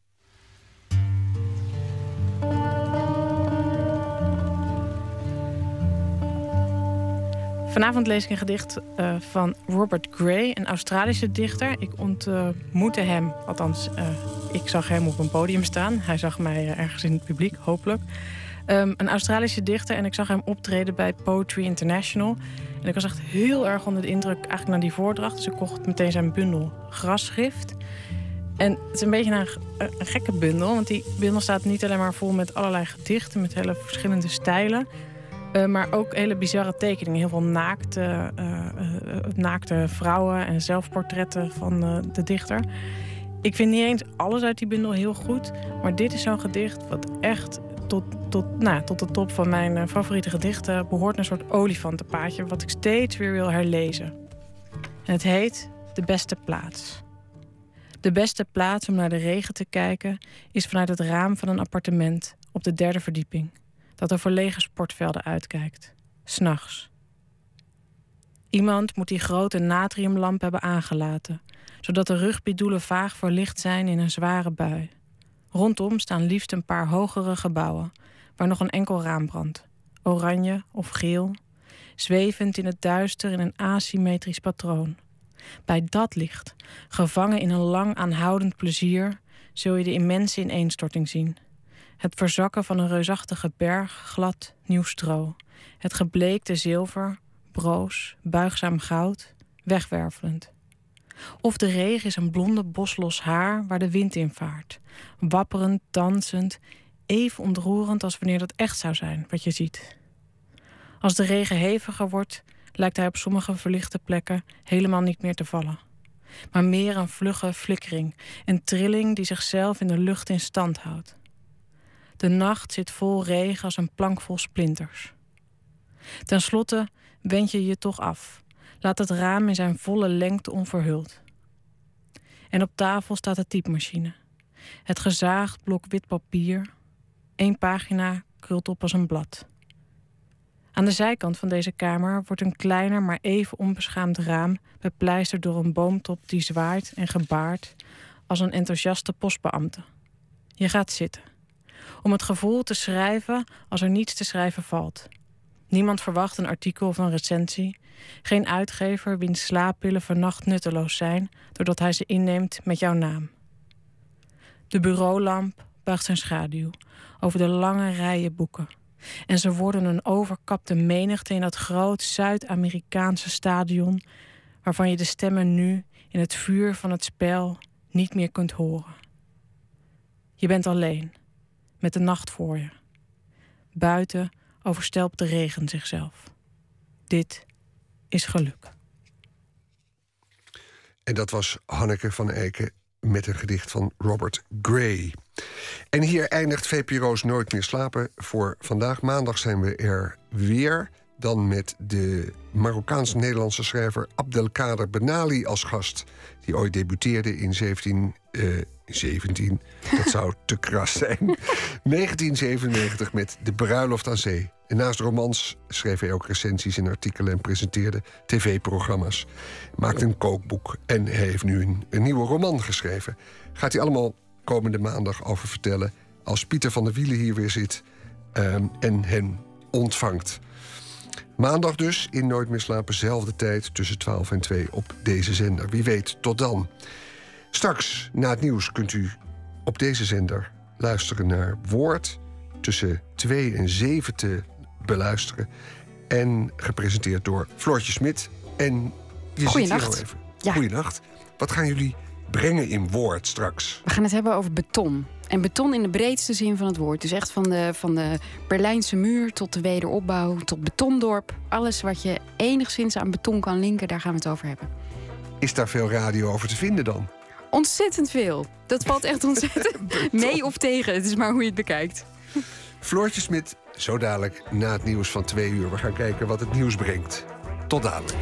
Vanavond lees ik een gedicht van Robert Gray, een Australische dichter. Ik ontmoette hem, althans, ik zag hem op een podium staan. Hij zag mij ergens in het publiek, hopelijk. Een Australische dichter en ik zag hem optreden bij Poetry International. En ik was echt heel erg onder de indruk eigenlijk naar die voordracht. Dus ik kocht meteen zijn bundel grasschrift. En het is een beetje een gekke bundel, want die bundel staat niet alleen maar vol met allerlei gedichten, met hele verschillende stijlen. Maar ook hele bizarre tekeningen. Heel veel naakte vrouwen en zelfportretten van de dichter. Ik vind niet eens alles uit die bundel heel goed. Maar dit is zo'n gedicht wat echt tot de top van mijn favoriete gedichten behoort. Een soort olifantenpaadje wat ik steeds weer wil herlezen. En het heet De Beste Plaats. De beste plaats om naar de regen te kijken is vanuit het raam van een appartement op de 3e verdieping. Dat over lege sportvelden uitkijkt. 's Nachts. Iemand moet die grote natriumlamp hebben aangelaten, zodat de rugbydoelen vaag verlicht zijn in een zware bui. Rondom staan liefst een paar hogere gebouwen, waar nog een enkel raam brandt. Oranje of geel, zwevend in het duister in een asymmetrisch patroon. Bij dat licht, gevangen in een lang aanhoudend plezier, zul je de immense ineenstorting zien. Het verzakken van een reusachtige berg, glad, nieuw stro. Het gebleekte zilver, broos, buigzaam goud, wegwervelend. Of de regen is een blonde boslos haar waar de wind in vaart. Wapperend, dansend, even ontroerend als wanneer dat echt zou zijn wat je ziet. Als de regen heviger wordt, lijkt hij op sommige verlichte plekken helemaal niet meer te vallen. Maar meer een vlugge flikkering, een trilling die zichzelf in de lucht in stand houdt. De nacht zit vol regen als een plank vol splinters. Ten slotte wend je je toch af. Laat het raam in zijn volle lengte onverhuld. En op tafel staat de typemachine. Het gezaagd blok wit papier. 1 pagina krult op als een blad. Aan de zijkant van deze kamer wordt een kleiner, maar even onbeschaamd raam bepleisterd door een boomtop die zwaait en gebaart als een enthousiaste postbeambte. Je gaat zitten. Om het gevoel te schrijven als er niets te schrijven valt. Niemand verwacht een artikel of een recensie. Geen uitgever wiens slaappillen vannacht nutteloos zijn doordat hij ze inneemt met jouw naam. De bureaulamp buigt zijn schaduw over de lange rijen boeken. En ze worden een overkapte menigte in dat groot Zuid-Amerikaanse stadion waarvan je de stemmen nu in het vuur van het spel niet meer kunt horen. Je bent alleen, met de nacht voor je. Buiten overstelpt de regen zichzelf. Dit is geluk. En dat was Hanneke van Eycken met een gedicht van Robert Gray. En hier eindigt VPRO's Nooit meer slapen voor vandaag. Maandag zijn we er weer. Dan met de Marokkaans-Nederlandse schrijver Abdelkader Benali als gast. Die ooit debuteerde in 17, dat zou te kras zijn. 1997 met De Bruiloft aan Zee. En naast romans schreef hij ook recensies en artikelen en presenteerde tv-programma's. Maakte een kookboek en hij heeft nu een nieuwe roman geschreven. Gaat hij allemaal komende maandag over vertellen als Pieter van der Wielen hier weer zit en hen ontvangt. Maandag dus, in Nooit meer slapen, zelfde tijd tussen 12 en 2 op deze zender. Wie weet, tot dan. Straks, na het nieuws, kunt u op deze zender luisteren naar Woord. Tussen 2 en 7 te beluisteren. En gepresenteerd door Floortje Smit. En je zit hier al even. Ja. Goeienacht. Wat gaan jullie brengen in Woord straks? We gaan het hebben over beton. En beton in de breedste zin van het woord. Dus echt van de Berlijnse muur tot de wederopbouw, tot betondorp. Alles wat je enigszins aan beton kan linken, daar gaan we het over hebben. Is daar veel radio over te vinden dan? Ontzettend veel. Dat valt echt ontzettend mee of tegen. Het is maar hoe je het bekijkt. Floortje Smit, zo dadelijk na het nieuws van 2 uur. We gaan kijken wat het nieuws brengt. Tot dadelijk.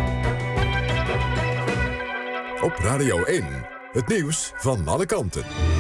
Op Radio 1, het nieuws van alle kanten.